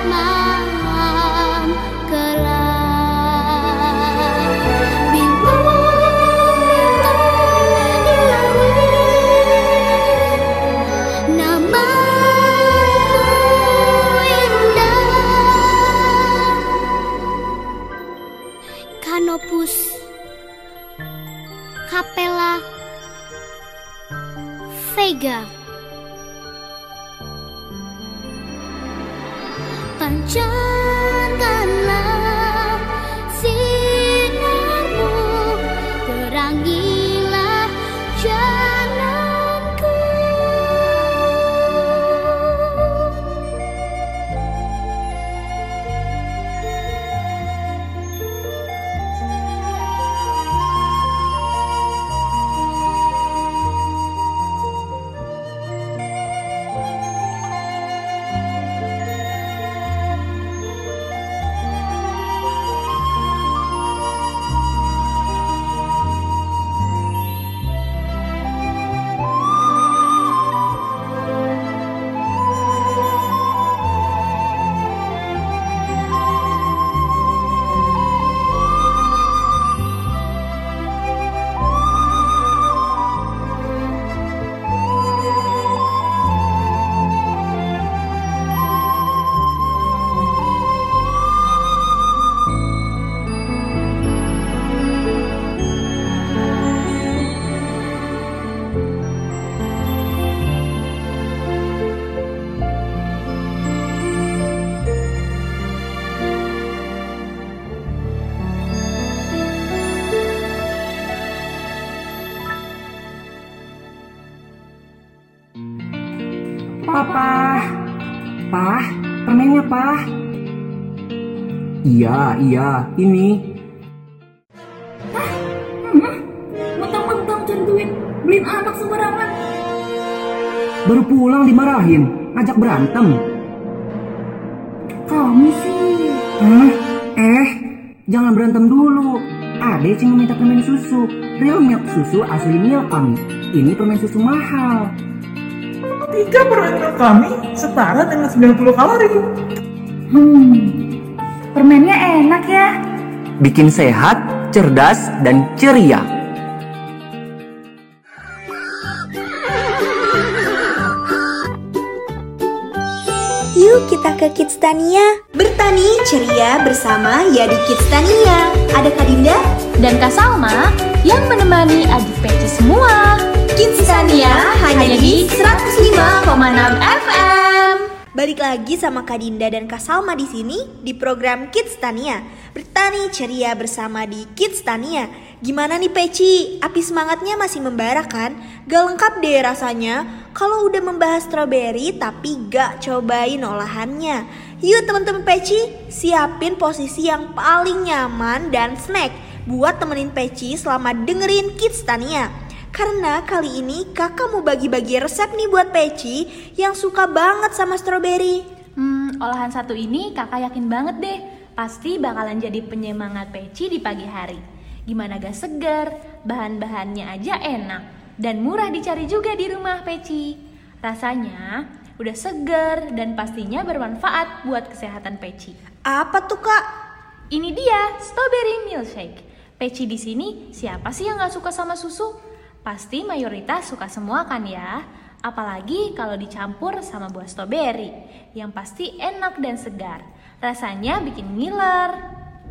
malam gelap. Bintang-bintang nyanyi namamu indah. Canopus Capella Vega. Pancarkanlah sinarmu, terangilah jalanku. Papa, Pah, permennya Pah. Iya, iya, ini. Mentang-mentang cari duit, beliin anak sembarangan. Baru pulang dimarahin, ngajak berantem. Kamu sih. Hah? Eh, jangan berantem dulu. Ade cuma minta permen susu. Real milk susu asli milk kami. Ini permen susu mahal. Tiga permen milk kami setara dengan sembilan puluh kalori. Hmm, permennya enak ya. Bikin sehat, cerdas, dan ceria. Yuk kita ke Kidstania. Bertani ceria bersama Yadi Kidstania. Ada Kak Dinda Dan Kak Salma yang menemani adik Peci semua. Kidstania hanya di seratus lima koma enam F M. Balik lagi sama Kak Dinda dan Kak Salma di sini di program Kidstania. Bertani ceria bersama di Kidstania. Gimana nih Peci? Api semangatnya masih membara kan? Gak lengkap deh rasanya kalau udah membahas strawberry tapi gak cobain olahannya. Yuk teman-teman Peci, siapin posisi yang paling nyaman dan snack buat temenin Peci selama dengerin Kidstania. Karena kali ini kakak mau bagi-bagi resep nih buat Peci yang suka banget sama strawberry. Hmm, olahan satu ini kakak yakin banget deh, pasti bakalan jadi penyemangat Peci di pagi hari. Gimana gak segar, bahan-bahannya aja enak, dan murah dicari juga di rumah Peci. Rasanya udah segar dan pastinya bermanfaat buat kesehatan Peci. Apa tuh kak? Ini dia strawberry milkshake. Peci di sini siapa sih yang gak suka sama susu? Pasti mayoritas suka semua kan ya? Apalagi kalau dicampur sama buah strawberry, yang pasti enak dan segar. Rasanya bikin ngiler.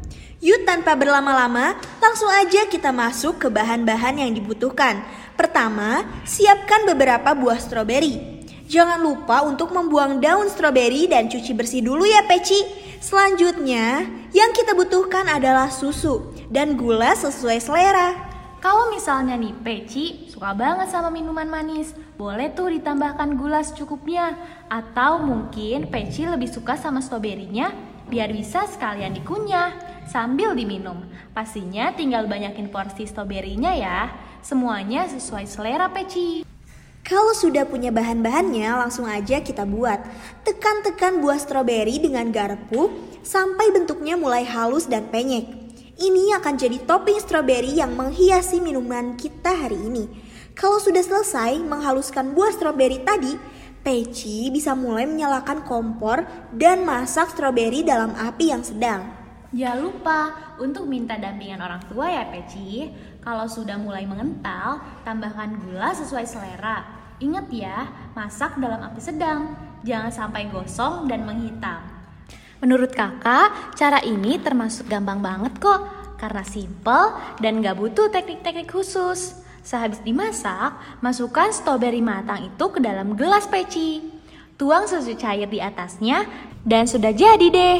Yuk tanpa berlama-lama, langsung aja kita masuk ke bahan-bahan yang dibutuhkan. Pertama, siapkan beberapa buah stroberi. Jangan lupa untuk membuang daun stroberi dan cuci bersih dulu ya Peci. Selanjutnya, yang kita butuhkan adalah susu dan gula sesuai selera. Kalau misalnya nih Peci suka banget sama minuman manis, boleh tuh ditambahkan gula secukupnya. Atau mungkin Peci lebih suka sama stroberinya, biar bisa sekalian dikunyah sambil diminum. Pastinya tinggal banyakin porsi stroberinya ya. Semuanya sesuai selera Peci. Kalau sudah punya bahan-bahannya, langsung aja kita buat. Tekan-tekan buah stroberi dengan garpu sampai bentuknya mulai halus dan penyek. Ini akan jadi topping stroberi yang menghiasi minuman kita hari ini. Kalau sudah selesai menghaluskan buah stroberi tadi, Peci bisa mulai menyalakan kompor dan masak stroberi dalam api yang sedang. Jangan lupa untuk minta dampingan orang tua ya Peci. Kalau sudah mulai mengental, tambahkan gula sesuai selera. Ingat ya, masak dalam api sedang. Jangan sampai gosong dan menghitam. Menurut kakak, cara ini termasuk gampang banget kok. Karena simple dan gak butuh teknik-teknik khusus. Sehabis dimasak, masukkan stroberi matang itu ke dalam gelas Peci. Tuang susu cair di atasnya dan sudah jadi deh.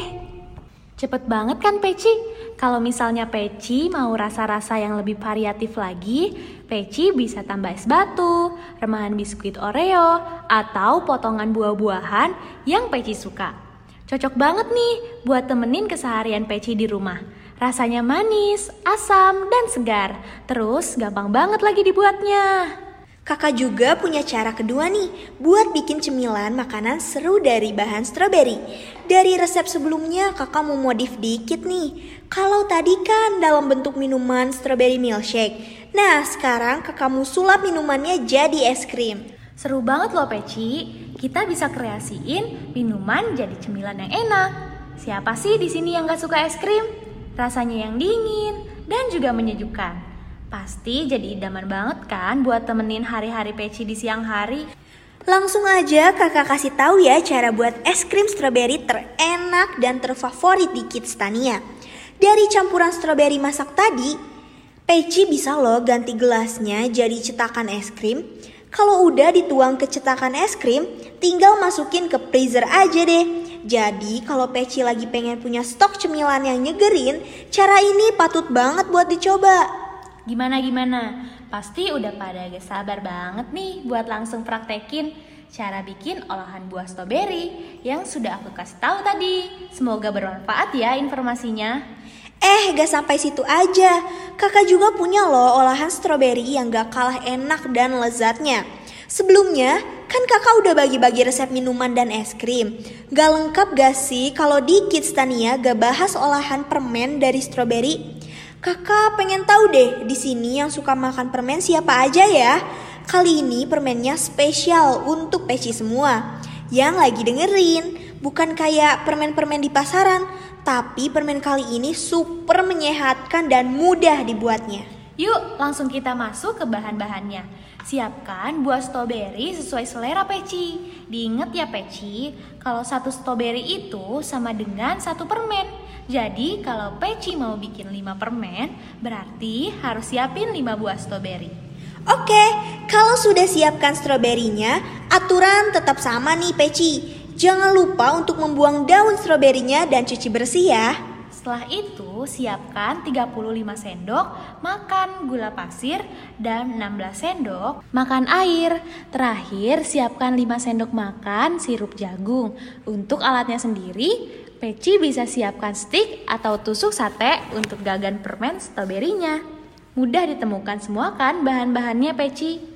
Cepet banget kan Peci? Kalau misalnya Peci mau rasa-rasa yang lebih variatif lagi, Peci bisa tambah es batu, remahan biskuit Oreo, atau potongan buah-buahan yang Peci suka. Cocok banget nih buat temenin keseharian Peci di rumah. Rasanya manis, asam, dan segar. Terus gampang banget lagi dibuatnya. Kakak juga punya cara kedua nih buat bikin cemilan makanan seru dari bahan stroberi. Dari resep sebelumnya kakak mau modif dikit nih. Kalau tadi kan dalam bentuk minuman strawberry milkshake. Nah sekarang kakak mau sulap minumannya jadi es krim. Seru banget loh Peci. Kita bisa kreasiin minuman jadi cemilan yang enak. Siapa sih di sini yang gak suka es krim? Rasanya yang dingin dan juga menyejukkan. Pasti jadi idaman banget kan buat temenin hari-hari Peci di siang hari. Langsung aja kakak kasih tahu ya cara buat es krim stroberi terenak dan terfavorit di Kidstania. Dari campuran stroberi masak tadi, Peci bisa loh ganti gelasnya jadi cetakan es krim. Kalau udah dituang ke cetakan es krim, tinggal masukin ke freezer aja deh. Jadi kalau Peci lagi pengen punya stok cemilan yang nyegerin, cara ini patut banget buat dicoba. Gimana-gimana? Pasti udah pada gak sabar banget nih buat langsung praktekin cara bikin olahan buah stroberi yang sudah aku kasih tahu tadi. Semoga bermanfaat ya informasinya. Eh gak sampai situ aja, kakak juga punya loh olahan stroberi yang gak kalah enak dan lezatnya. Sebelumnya kan kakak udah bagi-bagi resep minuman dan es krim. Gak lengkap gak sih kalau di Kidstania gak bahas olahan permen dari stroberi? Kakak pengen tahu deh di sini yang suka makan permen siapa aja ya? Kali ini permennya spesial untuk Peci semua yang lagi dengerin. Bukan kayak permen-permen di pasaran, tapi permen kali ini super menyehatkan dan mudah dibuatnya. Yuk langsung kita masuk ke bahan-bahannya. Siapkan buah stroberi sesuai selera Peci. Diingat ya Peci, kalau satu stroberi itu sama dengan satu permen. Jadi kalau Peci mau bikin lima permen, berarti harus siapin lima buah stroberi. Oke, kalau sudah siapkan stroberinya, aturan tetap sama nih Peci. Jangan lupa untuk membuang daun stroberinya dan cuci bersih ya. Setelah itu, siapkan tiga puluh lima sendok makan gula pasir dan enam belas sendok makan air. Terakhir, siapkan lima sendok makan sirup jagung. Untuk alatnya sendiri, Peci bisa siapkan stik atau tusuk sate untuk gagan permen stroberinya. Mudah ditemukan semua kan bahan-bahannya Peci?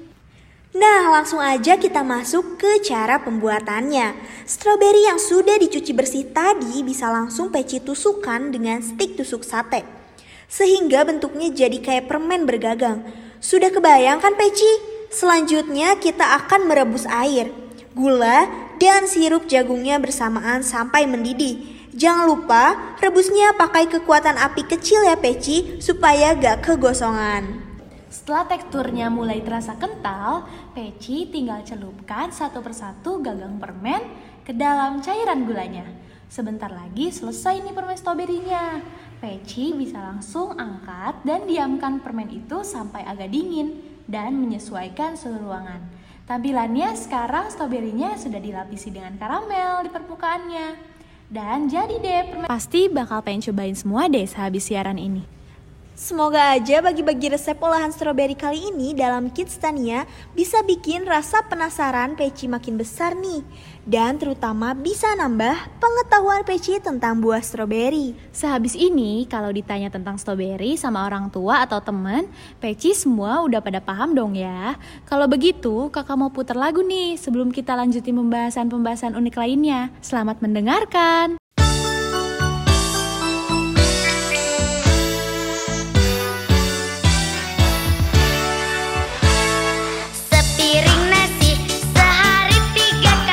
Nah, langsung aja kita masuk ke cara pembuatannya. Stroberi yang sudah dicuci bersih tadi bisa langsung Peci tusukkan dengan stik tusuk sate. Sehingga bentuknya jadi kayak permen bergagang. Sudah kebayang kan Peci? Selanjutnya kita akan merebus air, gula, dan sirup jagungnya bersamaan sampai mendidih. Jangan lupa rebusnya pakai kekuatan api kecil ya Peci supaya gak kegosongan. Setelah teksturnya mulai terasa kental, Peci tinggal celupkan satu persatu gagang permen ke dalam cairan gulanya. Sebentar lagi selesai nih permen stroberinya. Peci bisa langsung angkat dan diamkan permen itu sampai agak dingin dan menyesuaikan suhu ruangan. Tampilannya sekarang stroberinya sudah dilapisi dengan karamel di permukaannya. Dan jadi deh permen. Pasti bakal pengen cobain semua deh sehabis siaran ini. Semoga aja bagi-bagi resep olahan stroberi kali ini dalam Kidstania bisa bikin rasa penasaran Peci makin besar nih. Dan terutama bisa nambah pengetahuan Peci tentang buah stroberi. Sehabis ini kalau ditanya tentang stroberi sama orang tua atau temen, Peci semua udah pada paham dong ya. Kalau begitu kakak mau putar lagu nih sebelum kita lanjutin pembahasan-pembahasan unik lainnya. Selamat mendengarkan. Sepiring nasi sehari tiga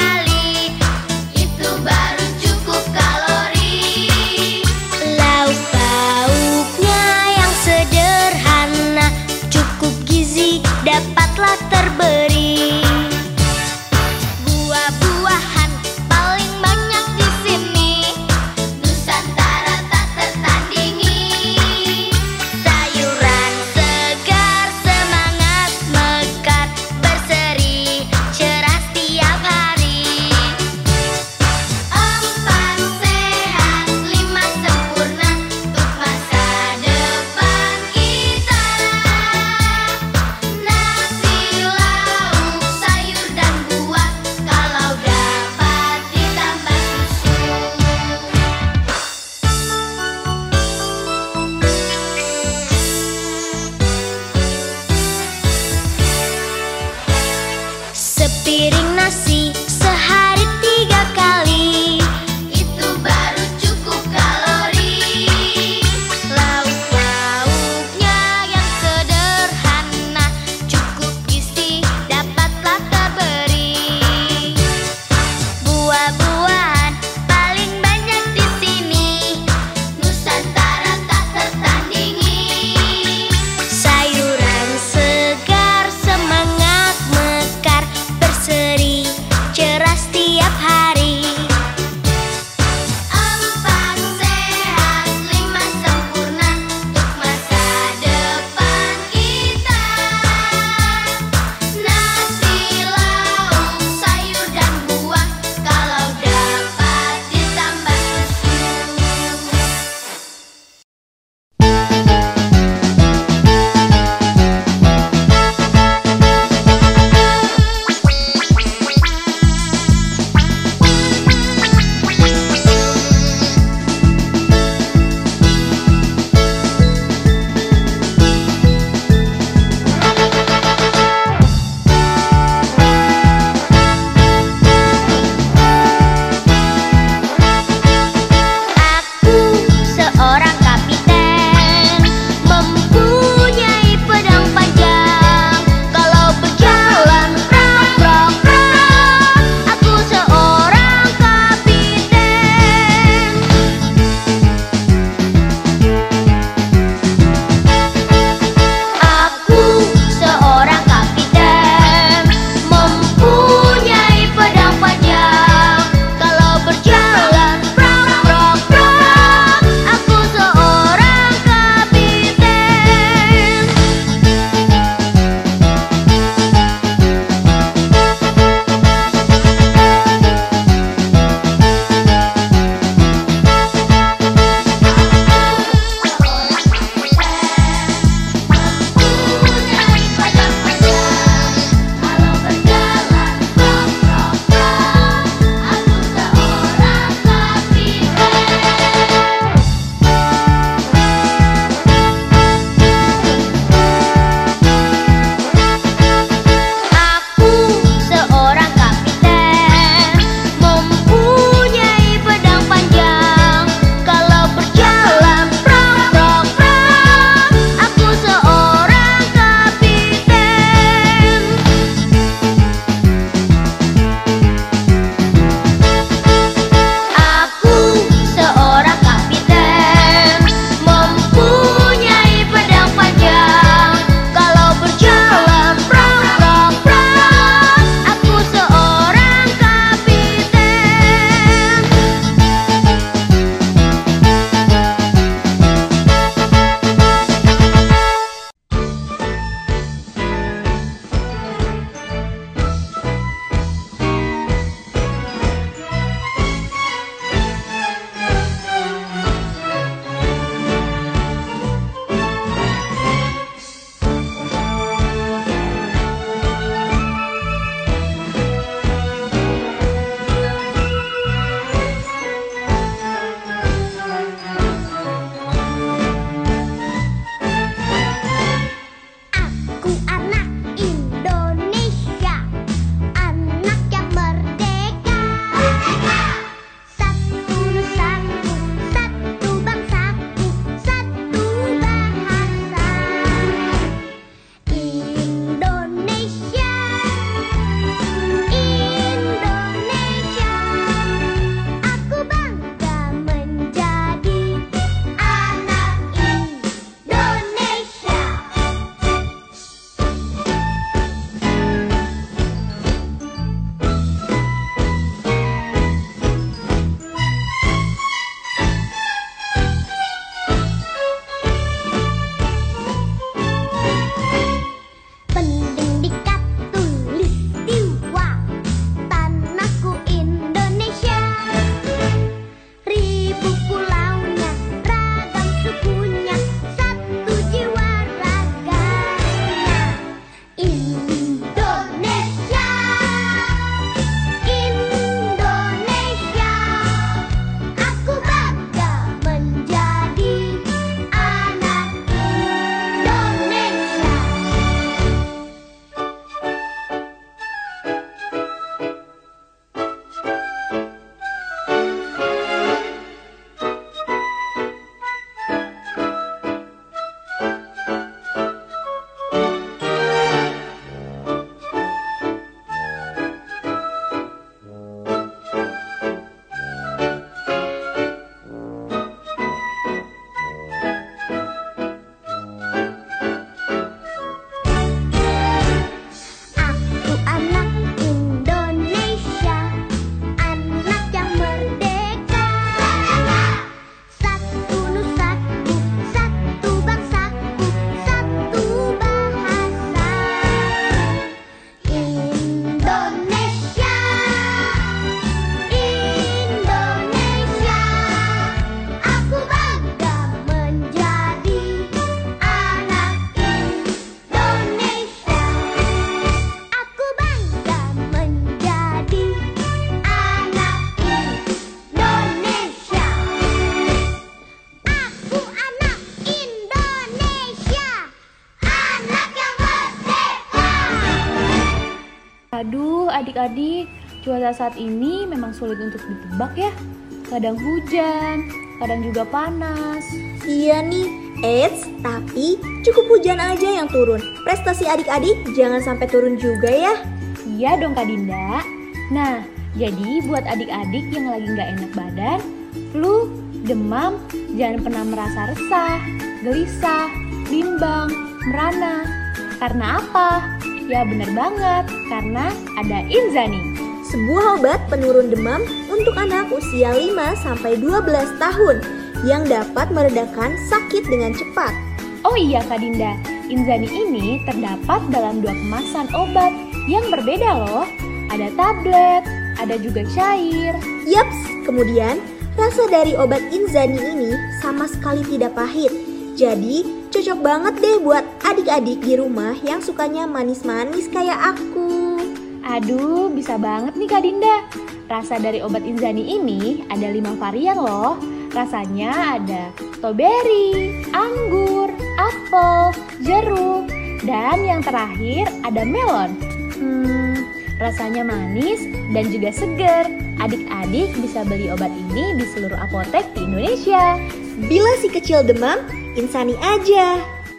adik-adik, cuaca saat ini memang sulit untuk ditebak ya. Kadang hujan, kadang juga panas. Iya nih, eits, tapi cukup hujan aja yang turun. Prestasi adik-adik jangan sampai turun juga ya. Iya dong Kak Dinda. Nah, jadi buat adik-adik yang lagi gak enak badan, flu, demam, jangan pernah merasa resah, gelisah, bimbang, merana. Karena apa? Ya bener banget, karena ada Inzani. Sebuah obat penurun demam untuk anak usia lima sampai dua belas tahun yang dapat meredakan sakit dengan cepat. Oh iya Kak Dinda, Inzani ini terdapat dalam dua kemasan obat yang berbeda loh. Ada tablet, ada juga cair. Yaps, kemudian rasa dari obat Inzani ini sama sekali tidak pahit. Jadi cocok banget deh buat adik-adik di rumah yang sukanya manis-manis kayak aku. Aduh, bisa banget nih Kak Dinda. Rasa dari obat Inzani ini ada lima varian loh. Rasanya ada strawberry, anggur, apel, jeruk, dan yang terakhir ada melon. Hmm, rasanya manis dan juga segar. Adik-adik bisa beli obat ini di seluruh apotek di Indonesia. Bila si kecil demam, Insani aja.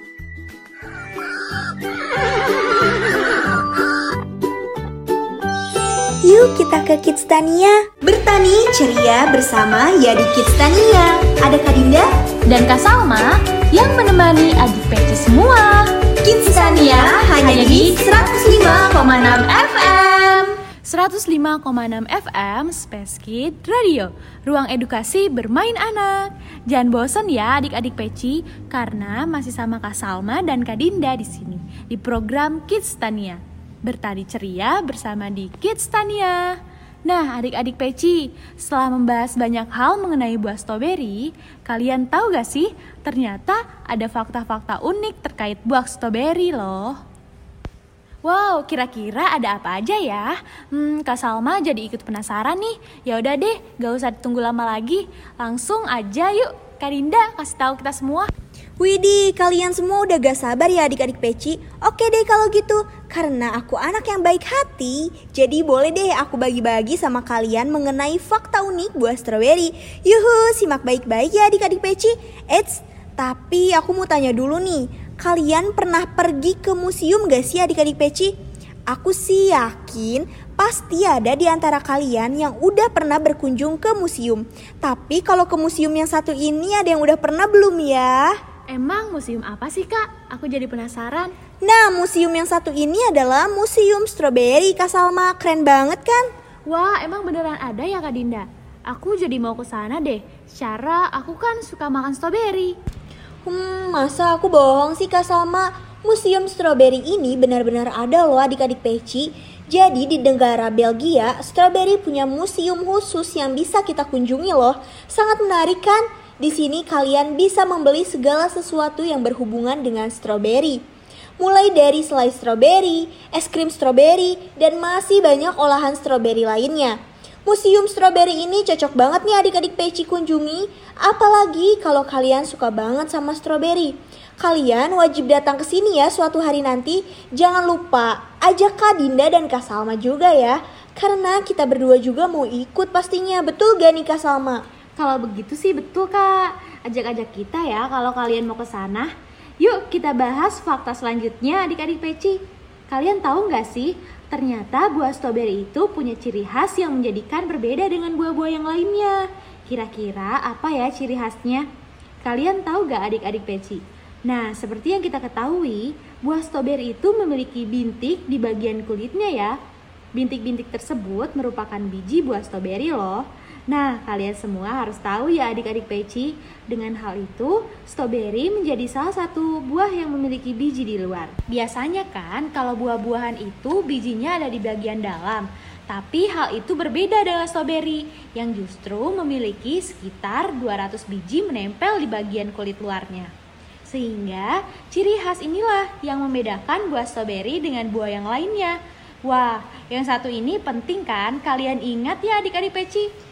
Yuk kita ke Kidstania. Bertani ceria bersama Yadi Kidstania. Ada Kak Dinda dan Kak Salma yang menemani adik Peci semua. Kidstania hanya di seratus lima koma enam F M. seratus lima koma enam F M Space Kid Radio, ruang edukasi bermain anak. Jangan bosan ya adik-adik Peci, karena masih sama Kak Salma dan Kak Dinda di sini di program Kidstania. Bertani ceria bersama di Kidstania. Nah adik-adik Peci, setelah membahas banyak hal mengenai buah stroberi, kalian tahu gak sih ternyata ada fakta-fakta unik terkait buah stroberi loh. Wow, kira-kira ada apa aja ya? Hmm, Kak Salma jadi ikut penasaran nih. Ya udah deh, gak usah ditunggu lama lagi. Langsung aja yuk, Kak Dinda kasih tahu kita semua. Widih, kalian semua udah gak sabar ya adik-adik Peci. Oke deh kalau gitu, karena aku anak yang baik hati, jadi boleh deh aku bagi-bagi sama kalian mengenai fakta unik buah stroberi. Yuhu, simak baik-baik ya adik-adik Peci. Eits, tapi aku mau tanya dulu nih, kalian pernah pergi ke museum gak sih adik-adik Peci? Aku sih yakin pasti ada di antara kalian yang udah pernah berkunjung ke museum. Tapi kalau ke museum yang satu ini ada yang udah pernah belum ya? Emang museum apa sih Kak? Aku jadi penasaran. Nah, museum yang satu ini adalah Museum Stroberi, Kak Salma. Keren banget kan? Wah, emang beneran ada ya Kak Dinda? Aku jadi mau ke sana deh. Secara aku kan suka makan stroberi. Hmm, masa aku bohong sih Kak Salma? Museum Stroberi ini benar-benar ada loh adik-adik Peci. Jadi di negara Belgia, stroberi punya museum khusus yang bisa kita kunjungi loh. Sangat menarik kan? Di sini kalian bisa membeli segala sesuatu yang berhubungan dengan stroberi. Mulai dari selai stroberi, es krim stroberi, dan masih banyak olahan stroberi lainnya. Museum stroberi ini cocok banget nih adik-adik Peci kunjungi, apalagi kalau kalian suka banget sama stroberi. Kalian wajib datang ke sini ya suatu hari nanti. Jangan lupa ajak Kak Dinda dan Kak Salma juga ya, karena kita berdua juga mau ikut pastinya. Betul gak nih Kak Salma? Kalau begitu sih betul Kak. Ajak-ajak kita ya kalau kalian mau ke sana. Yuk kita bahas fakta selanjutnya adik-adik Peci. Kalian tahu nggak sih, ternyata buah stroberi itu punya ciri khas yang menjadikan berbeda dengan buah-buah yang lainnya. Kira-kira apa ya ciri khasnya? Kalian tahu nggak adik-adik Peci? Nah, seperti yang kita ketahui, buah stroberi itu memiliki bintik di bagian kulitnya ya. Bintik-bintik tersebut merupakan biji buah stroberi loh. Nah, kalian semua harus tahu ya adik-adik Peci, dengan hal itu, stroberi menjadi salah satu buah yang memiliki biji di luar. Biasanya kan kalau buah-buahan itu bijinya ada di bagian dalam, tapi hal itu berbeda dengan stroberi yang justru memiliki sekitar dua ratus biji menempel di bagian kulit luarnya. Sehingga ciri khas inilah yang membedakan buah stroberi dengan buah yang lainnya. Wah, yang satu ini penting kan kalian ingat ya adik-adik Peci?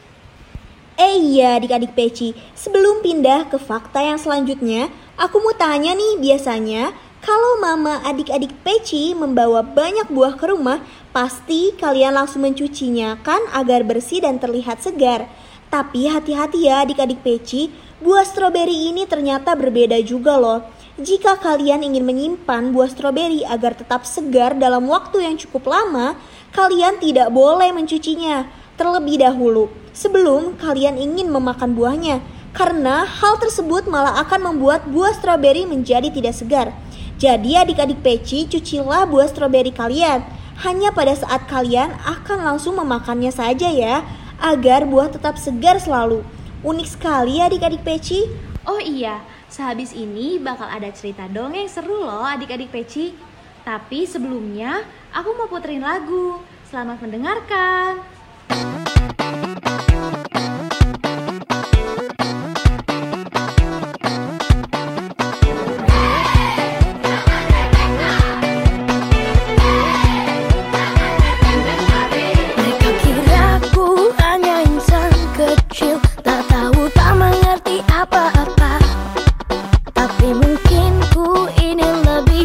Eh iya adik-adik Peci, sebelum pindah ke fakta yang selanjutnya, aku mau tanya nih, biasanya kalau mama adik-adik Peci membawa banyak buah ke rumah, Pasti kalian langsung mencucinya kan agar bersih dan terlihat segar. Tapi hati-hati ya adik-adik peci, buah stroberi ini ternyata berbeda juga loh. Jika kalian ingin menyimpan buah stroberi agar tetap segar dalam waktu yang cukup lama, kalian tidak boleh mencucinya terlebih dahulu sebelum kalian ingin memakan buahnya. Karena hal tersebut malah akan membuat buah stroberi menjadi tidak segar. Jadi adik-adik peci, cucilah buah stroberi kalian hanya pada saat kalian akan langsung memakannya saja ya, agar buah tetap segar selalu. Unik sekali adik-adik peci. Oh iya, sehabis ini bakal ada cerita dongeng seru loh adik-adik peci. Tapi sebelumnya aku mau puterin lagu. Selamat mendengarkan.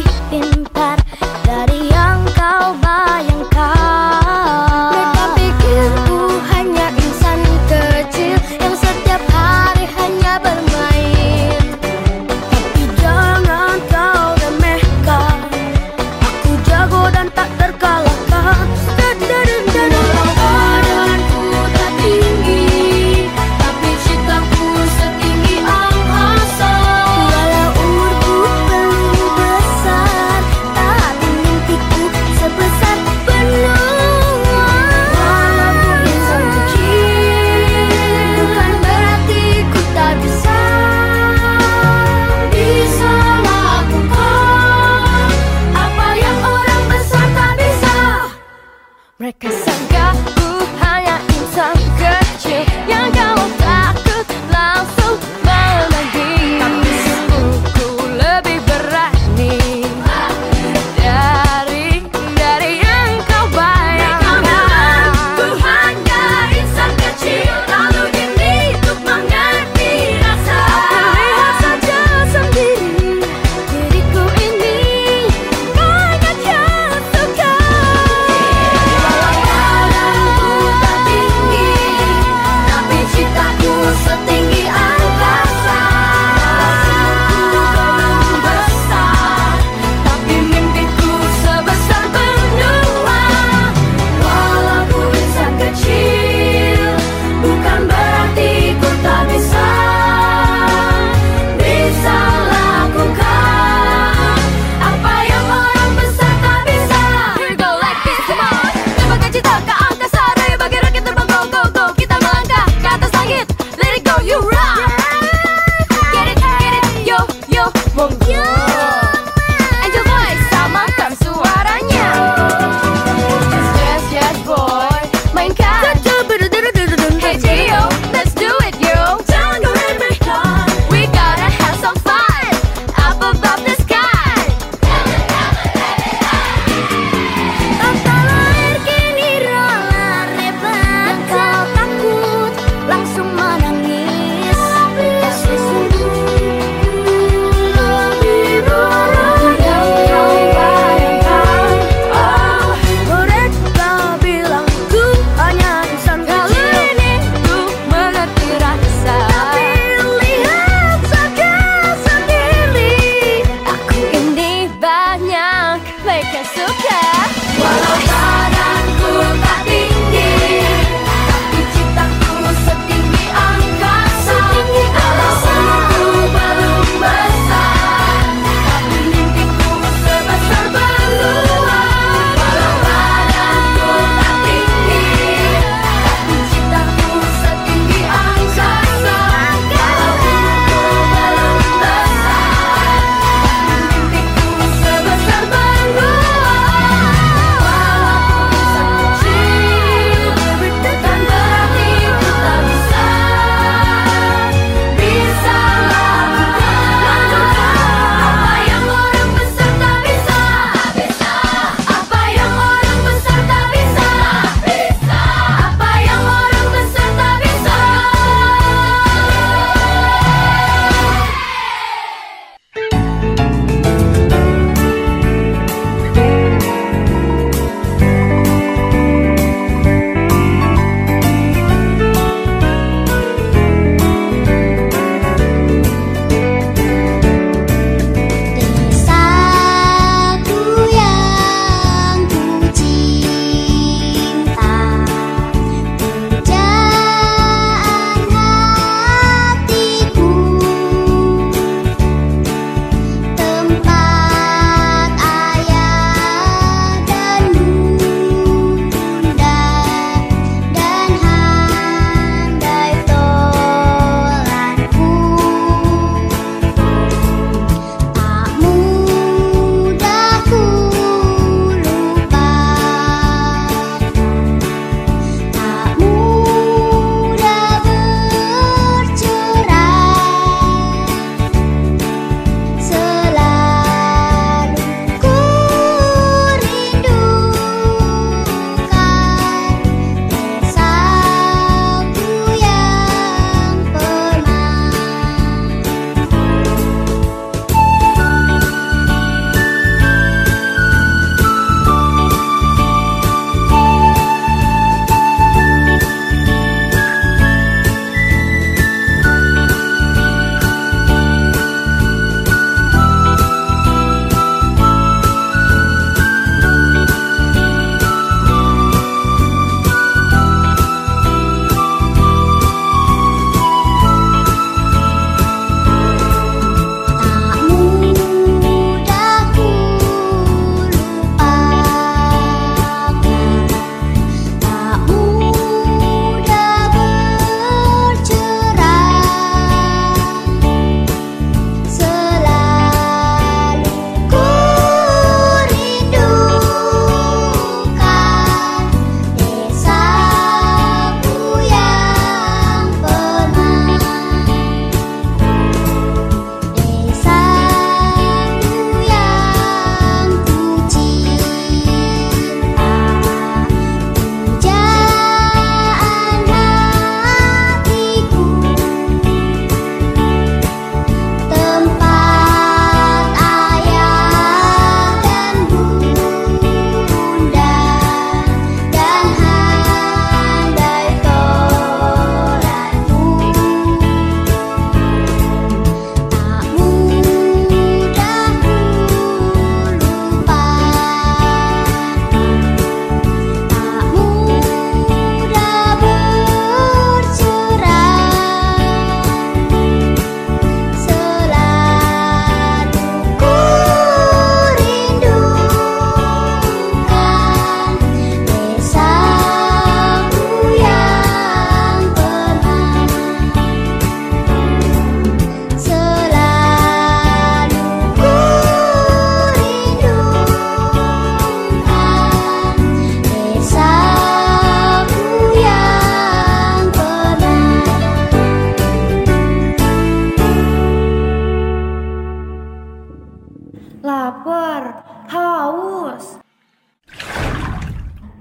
Mereka pikir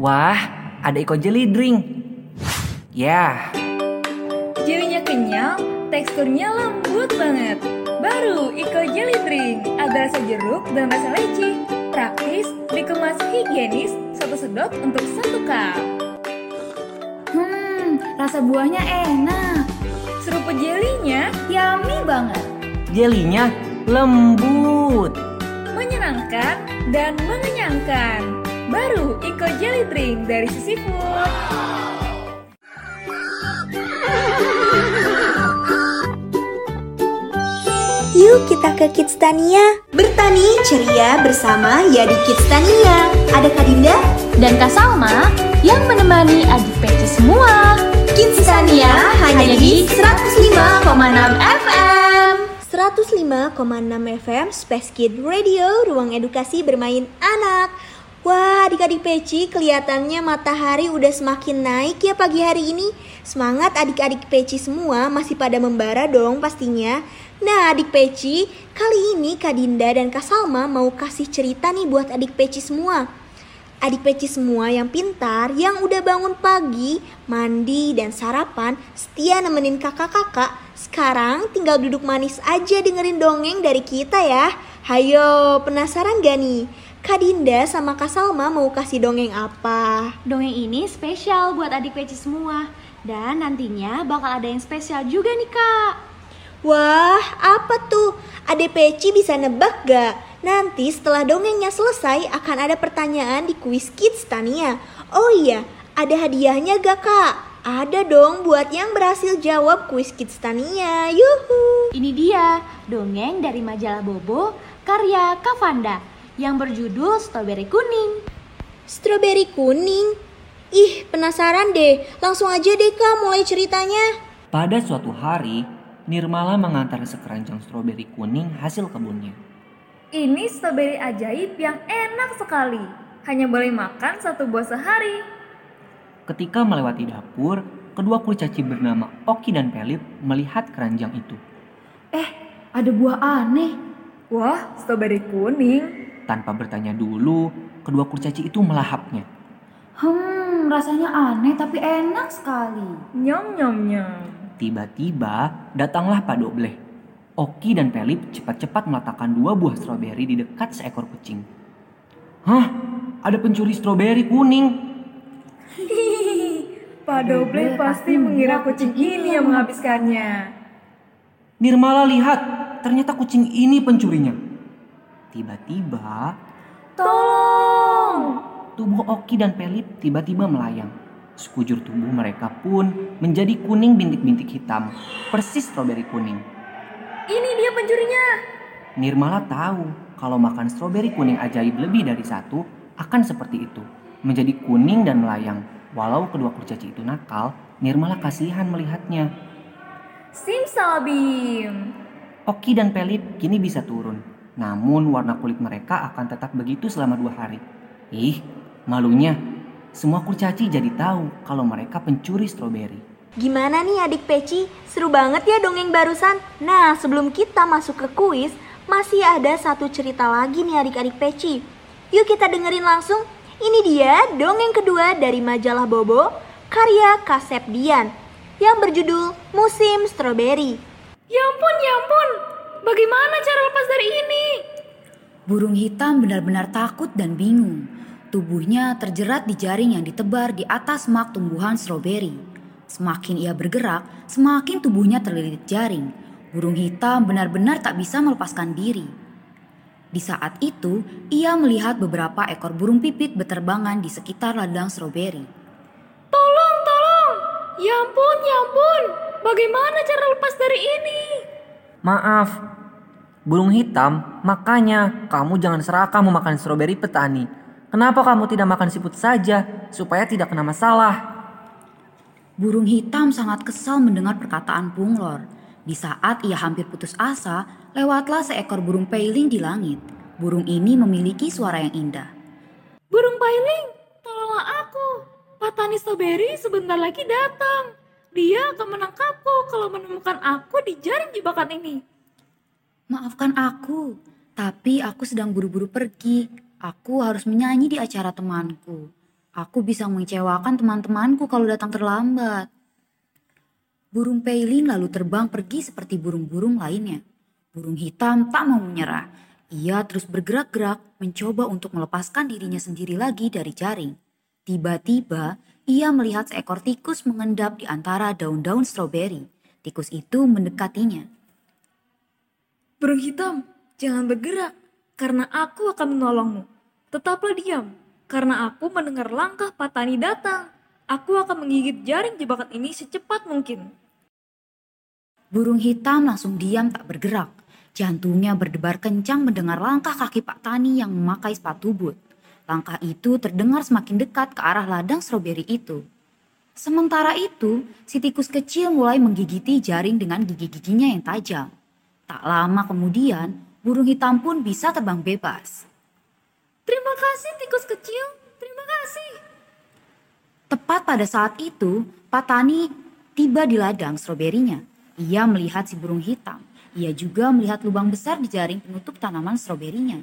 Wah, ada Iko Jelly Drink. Ya, Jelinya kenyal, teksturnya lembut banget. Baru Iko Jelly Drink, ada rasa jeruk dan rasa leci. Praktis, dikemas higienis, satu sedot untuk satu cup. Hmm, rasa buahnya enak. Seruput jelinya Yummy banget. jelinya lembut. menyenangkan dan mengenyangkan. Baru Iko Jelly Drink dari Sisi Food. Yuk kita ke Kidstania. Bertani ceria bersama Yadi Kidstania. Ada Kak Dinda Dan Kak Salma yang menemani adik Peci semua. Kidstania hanya di seratus lima koma enam F M. seratus lima koma enam F M Space Kid Radio, ruang edukasi bermain anak. Wah, adik-adik Peci, kelihatannya matahari udah semakin naik ya pagi hari ini. Semangat adik-adik Peci semua, masih pada membara dong pastinya. Nah, adik Peci, kali ini Kak Dinda dan Kak Salma mau kasih cerita nih buat adik Peci semua. Adik Peci semua yang pintar, yang udah bangun pagi, mandi dan sarapan, setia nemenin kakak-kakak. Sekarang tinggal duduk manis aja dengerin dongeng dari kita ya. Hayo, penasaran gak nih? Kak Dinda sama Kak Salma mau kasih dongeng apa? Dongeng ini spesial buat adik Peci semua. Dan nantinya bakal ada yang spesial juga nih Kak. Wah, apa tuh? Adik Peci bisa nebak gak? Nanti setelah dongengnya selesai akan ada pertanyaan di kuis Kidstania. Oh iya, ada hadiahnya gak Kak? Ada dong buat yang berhasil jawab kuis Kidstania. Yuhu. Ini dia dongeng dari majalah Bobo karya Kak Vanda yang berjudul Strawberry Kuning. Strawberry kuning? Ih, penasaran deh. Langsung aja deh Kak mulai ceritanya. Pada suatu hari, Nirmala mengantar sekeranjang stroberi kuning hasil kebunnya. Ini strawberry ajaib yang enak sekali. Hanya boleh makan satu buah sehari. Ketika melewati dapur, kedua kurcaci bernama Oki dan Pelip melihat keranjang itu. Eh, ada buah aneh. Wah, strawberry kuning. Tanpa bertanya dulu, kedua kurcaci itu melahapnya. Hmm, rasanya aneh tapi enak sekali. Nyom nyom nyom. Tiba-tiba datanglah Pak Dobleh. Oki dan Pelip cepat-cepat meletakkan dua buah stroberi di dekat seekor kucing. Hah? Ada pencuri stroberi kuning. Pak Doble pasti mengira kucing ini yang menghabiskannya. Nirmala lihat, ternyata kucing ini pencurinya. Tiba-tiba, Tolong! tubuh Oki dan Pelip tiba-tiba melayang. Sekujur tubuh mereka pun menjadi kuning bintik-bintik hitam, persis stroberi kuning. Ini dia pencurinya. Nirmala tahu kalau makan stroberi kuning ajaib lebih dari satu akan seperti itu, menjadi kuning dan melayang. Walau kedua kurcaci itu nakal, Nirmala kasihan melihatnya. Simsalabim. Oki dan Pelip kini bisa turun, namun warna kulit mereka akan tetap begitu selama dua hari. Ih, malunya. Semua kurcaci jadi tahu kalau mereka pencuri stroberi. Gimana nih adik Peci? Seru banget ya dongeng barusan. Nah, sebelum kita masuk ke kuis, masih ada satu cerita lagi nih adik-adik Peci. Yuk kita dengerin langsung. Ini dia dongeng kedua dari majalah Bobo, karya Kak Sepdian, yang berjudul Musim Stroberi. Ya ampun, ya ampun. Bagaimana cara lepas dari ini? Burung hitam benar-benar takut dan bingung. Tubuhnya terjerat di jaring yang ditebar di atas mak tumbuhan stroberi. Semakin ia bergerak, semakin tubuhnya terlilit jaring. Burung hitam benar-benar tak bisa melepaskan diri. Di saat itu, ia melihat beberapa ekor burung pipit berterbangan di sekitar ladang stroberi. Tolong, tolong. Ya ampun, ya ampun. Bagaimana cara lepas dari ini? Maaf, burung hitam, makanya kamu jangan serakah memakan stroberi petani. Kenapa kamu tidak makan siput saja, supaya tidak kena masalah? Burung hitam sangat kesal mendengar perkataan Punglor. Di saat ia hampir putus asa, lewatlah seekor burung peiling di langit. Burung ini memiliki suara yang indah. Burung pailing, tolonglah aku. Petani stroberi sebentar lagi datang. Dia akan menangkapku kalau menemukan aku di jaring jebakan ini. Maafkan aku, tapi aku sedang buru-buru pergi. Aku harus menyanyi di acara temanku. Aku bisa mengecewakan teman-temanku kalau datang terlambat. Burung Peilin lalu terbang pergi seperti burung-burung lainnya. Burung hitam tak mau menyerah. Ia terus bergerak-gerak mencoba untuk melepaskan dirinya sendiri lagi dari jaring. Tiba-tiba ia melihat seekor tikus mengendap di antara daun-daun stroberi. Tikus itu mendekatinya. Burung hitam, jangan bergerak, karena aku akan menolongmu. Tetaplah diam, karena aku mendengar langkah Patani datang. Aku akan menggigit jaring jebakan ini secepat mungkin. Burung hitam langsung diam tak bergerak. Jantungnya berdebar kencang mendengar langkah kaki Pak Tani yang memakai sepatu boot. Langkah itu terdengar semakin dekat ke arah ladang stroberi itu. Sementara itu, si tikus kecil mulai menggigiti jaring dengan gigi-giginya yang tajam. Tak lama kemudian, burung hitam pun bisa terbang bebas. Terima kasih tikus kecil, terima kasih. Tepat pada saat itu, Pak Tani tiba di ladang stroberinya. Ia melihat si burung hitam. Ia juga melihat lubang besar di jaring penutup tanaman stroberinya.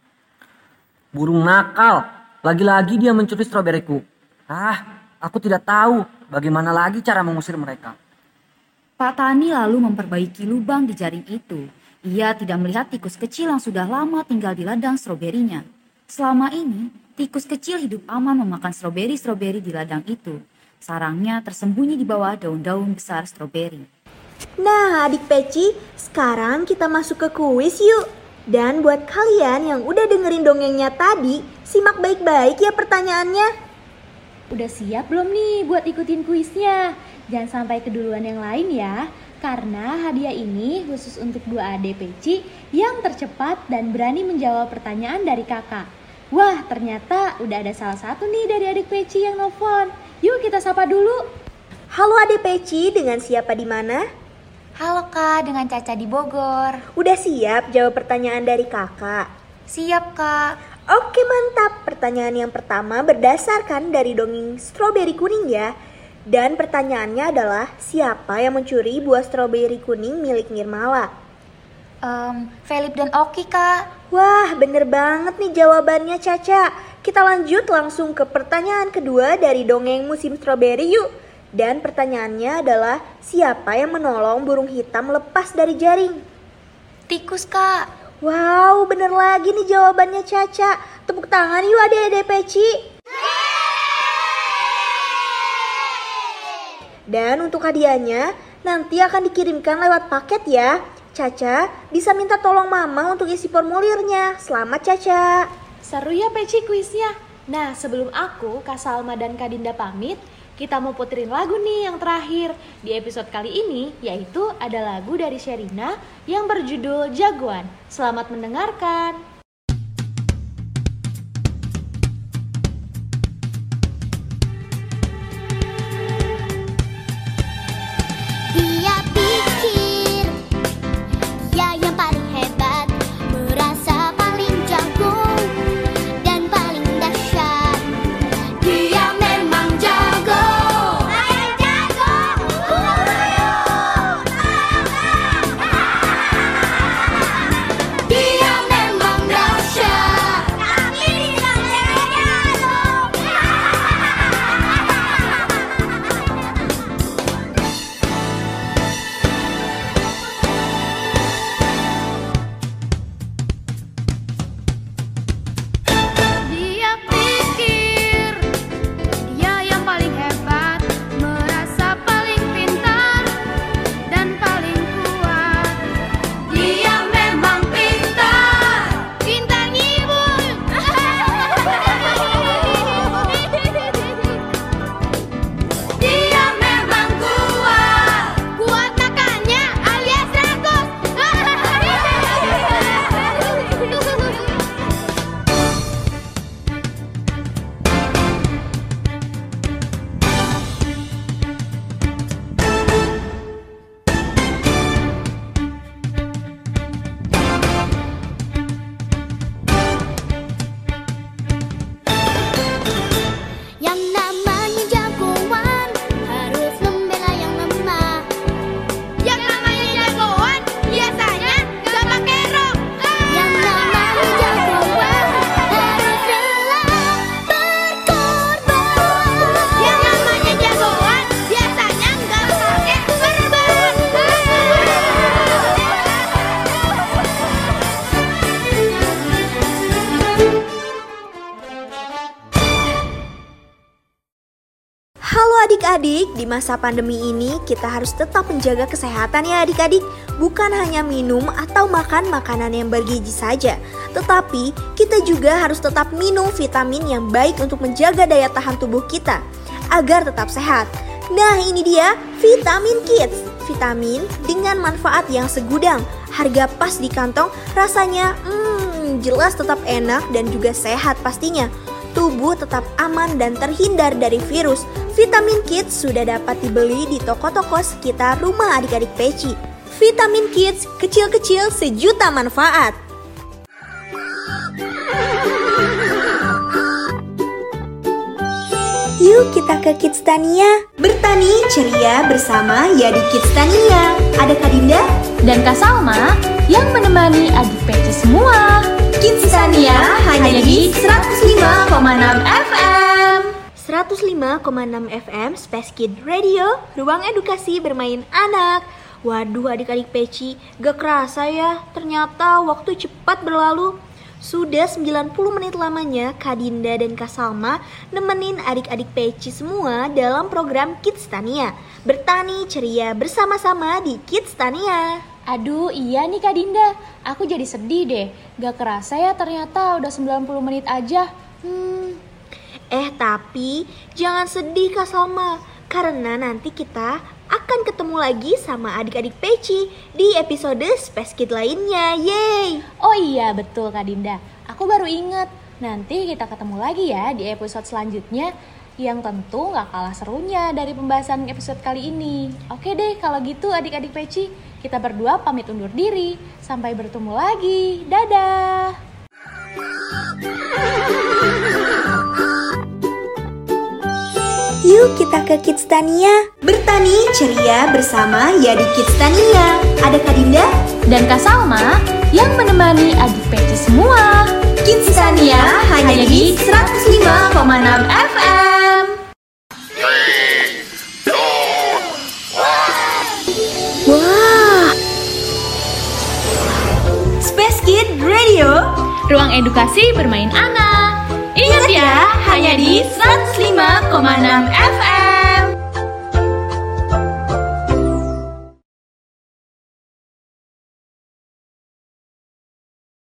Burung nakal, lagi-lagi dia mencuri stroberiku. Ah, aku tidak tahu bagaimana lagi cara mengusir mereka. Pak Tani lalu memperbaiki lubang di jaring itu. Ia tidak melihat tikus kecil yang sudah lama tinggal di ladang stroberinya. Selama ini, tikus kecil hidup aman memakan stroberi-stroberi di ladang itu. Sarangnya tersembunyi di bawah daun-daun besar stroberi. Nah, adik Peci, sekarang kita masuk ke kuis yuk. Dan buat kalian yang udah dengerin dongengnya tadi, simak baik-baik ya pertanyaannya. Udah siap belum nih buat ikutin kuisnya? Jangan sampai keduluan yang lain ya. Karena hadiah ini khusus untuk dua adik Peci yang tercepat dan berani menjawab pertanyaan dari kakak. Wah, ternyata udah ada salah satu nih dari adik Peci yang nelfon. Yuk kita sapa dulu. Halo adik Peci, dengan siapa di mana? Halo Kak, dengan Caca di Bogor. Udah siap jawab pertanyaan dari kakak? Siap Kak. Oke mantap, pertanyaan yang pertama berdasarkan dari dongeng stroberi kuning ya. Dan pertanyaannya adalah, siapa yang mencuri buah stroberi kuning milik Nirmala? Um, Felip dan Oki Kak. Wah, bener banget nih jawabannya Caca. Kita lanjut langsung ke pertanyaan kedua dari dongeng musim stroberi yuk. Dan pertanyaannya adalah, siapa yang menolong burung hitam lepas dari jaring? Tikus Kak. Wow, bener lagi nih jawabannya Caca. Tepuk tangan yuk adik-adik Peci. Dan untuk hadiahnya nanti akan dikirimkan lewat paket ya. Caca bisa minta tolong Mama untuk isi formulirnya. Selamat Caca. Seru ya Peci kuisnya. Nah, sebelum aku, Kak Salma dan Kak Dinda pamit, kita mau puterin lagu nih yang terakhir di episode kali ini, yaitu ada lagu dari Sherina yang berjudul Jagoan. Selamat mendengarkan. Dia pikir dia yang paling hebat, merasa paling jago dan paling dahsyat. Dia memang jago, saya jago. Dia memang Adik-adik, di masa pandemi ini kita harus tetap menjaga kesehatan ya adik-adik. Bukan hanya minum atau makan makanan yang bergizi saja, tetapi kita juga harus tetap minum vitamin yang baik untuk menjaga daya tahan tubuh kita agar tetap sehat. Nah, ini dia Vitamin Kids. Vitamin dengan manfaat yang segudang, harga pas di kantong, rasanya hmm, jelas tetap enak dan juga sehat pastinya. Tubuh tetap aman dan terhindar dari virus. Vitamin Kids sudah dapat dibeli di toko-toko sekitar rumah adik-adik Peci. Vitamin Kids, kecil-kecil sejuta manfaat. Yuk kita ke Kidstania, bertani ceria bersama Yadi Kidstania. Ada Kak Dinda dan Kak Salma yang menemani adik Peci semua. Kidstania hanya di seratus lima koma enam F M. seratus lima koma enam F M Space Kid Radio, ruang edukasi bermain anak. Waduh adik-adik Peci, gak kerasa ya, ternyata waktu cepat berlalu. Sudah sembilan puluh menit lamanya Kak Dinda dan Kak Salma nemenin adik-adik Peci semua dalam program Kidstania. Bertani ceria bersama-sama di Kidstania. Aduh iya nih Kak Dinda, aku jadi sedih deh. Gak kerasa ya ternyata udah sembilan puluh menit aja. Hmm. Eh tapi jangan sedih Kak Salma, karena nanti kita akan ketemu lagi sama adik-adik Peci di episode Space Kid lainnya. Yeay! Oh iya betul Kak Dinda, aku baru inget. Nanti kita ketemu lagi ya di episode selanjutnya, yang tentu gak kalah serunya dari pembahasan episode kali ini. Oke deh kalau gitu adik-adik Peci, kita berdua pamit undur diri. Sampai bertemu lagi, dadah! Yuk kita ke Kidstania, bertani ceria bersama Yadi Kidstania. Ada Kak Dinda dan Kak Salma yang menemani adik Peci semua. Kidstania hanya di seratus lima koma enam F M. Wah, Space Kid Radio, ruang edukasi bermain anak. Ingat ya, hanya di seratus lima koma enam F M.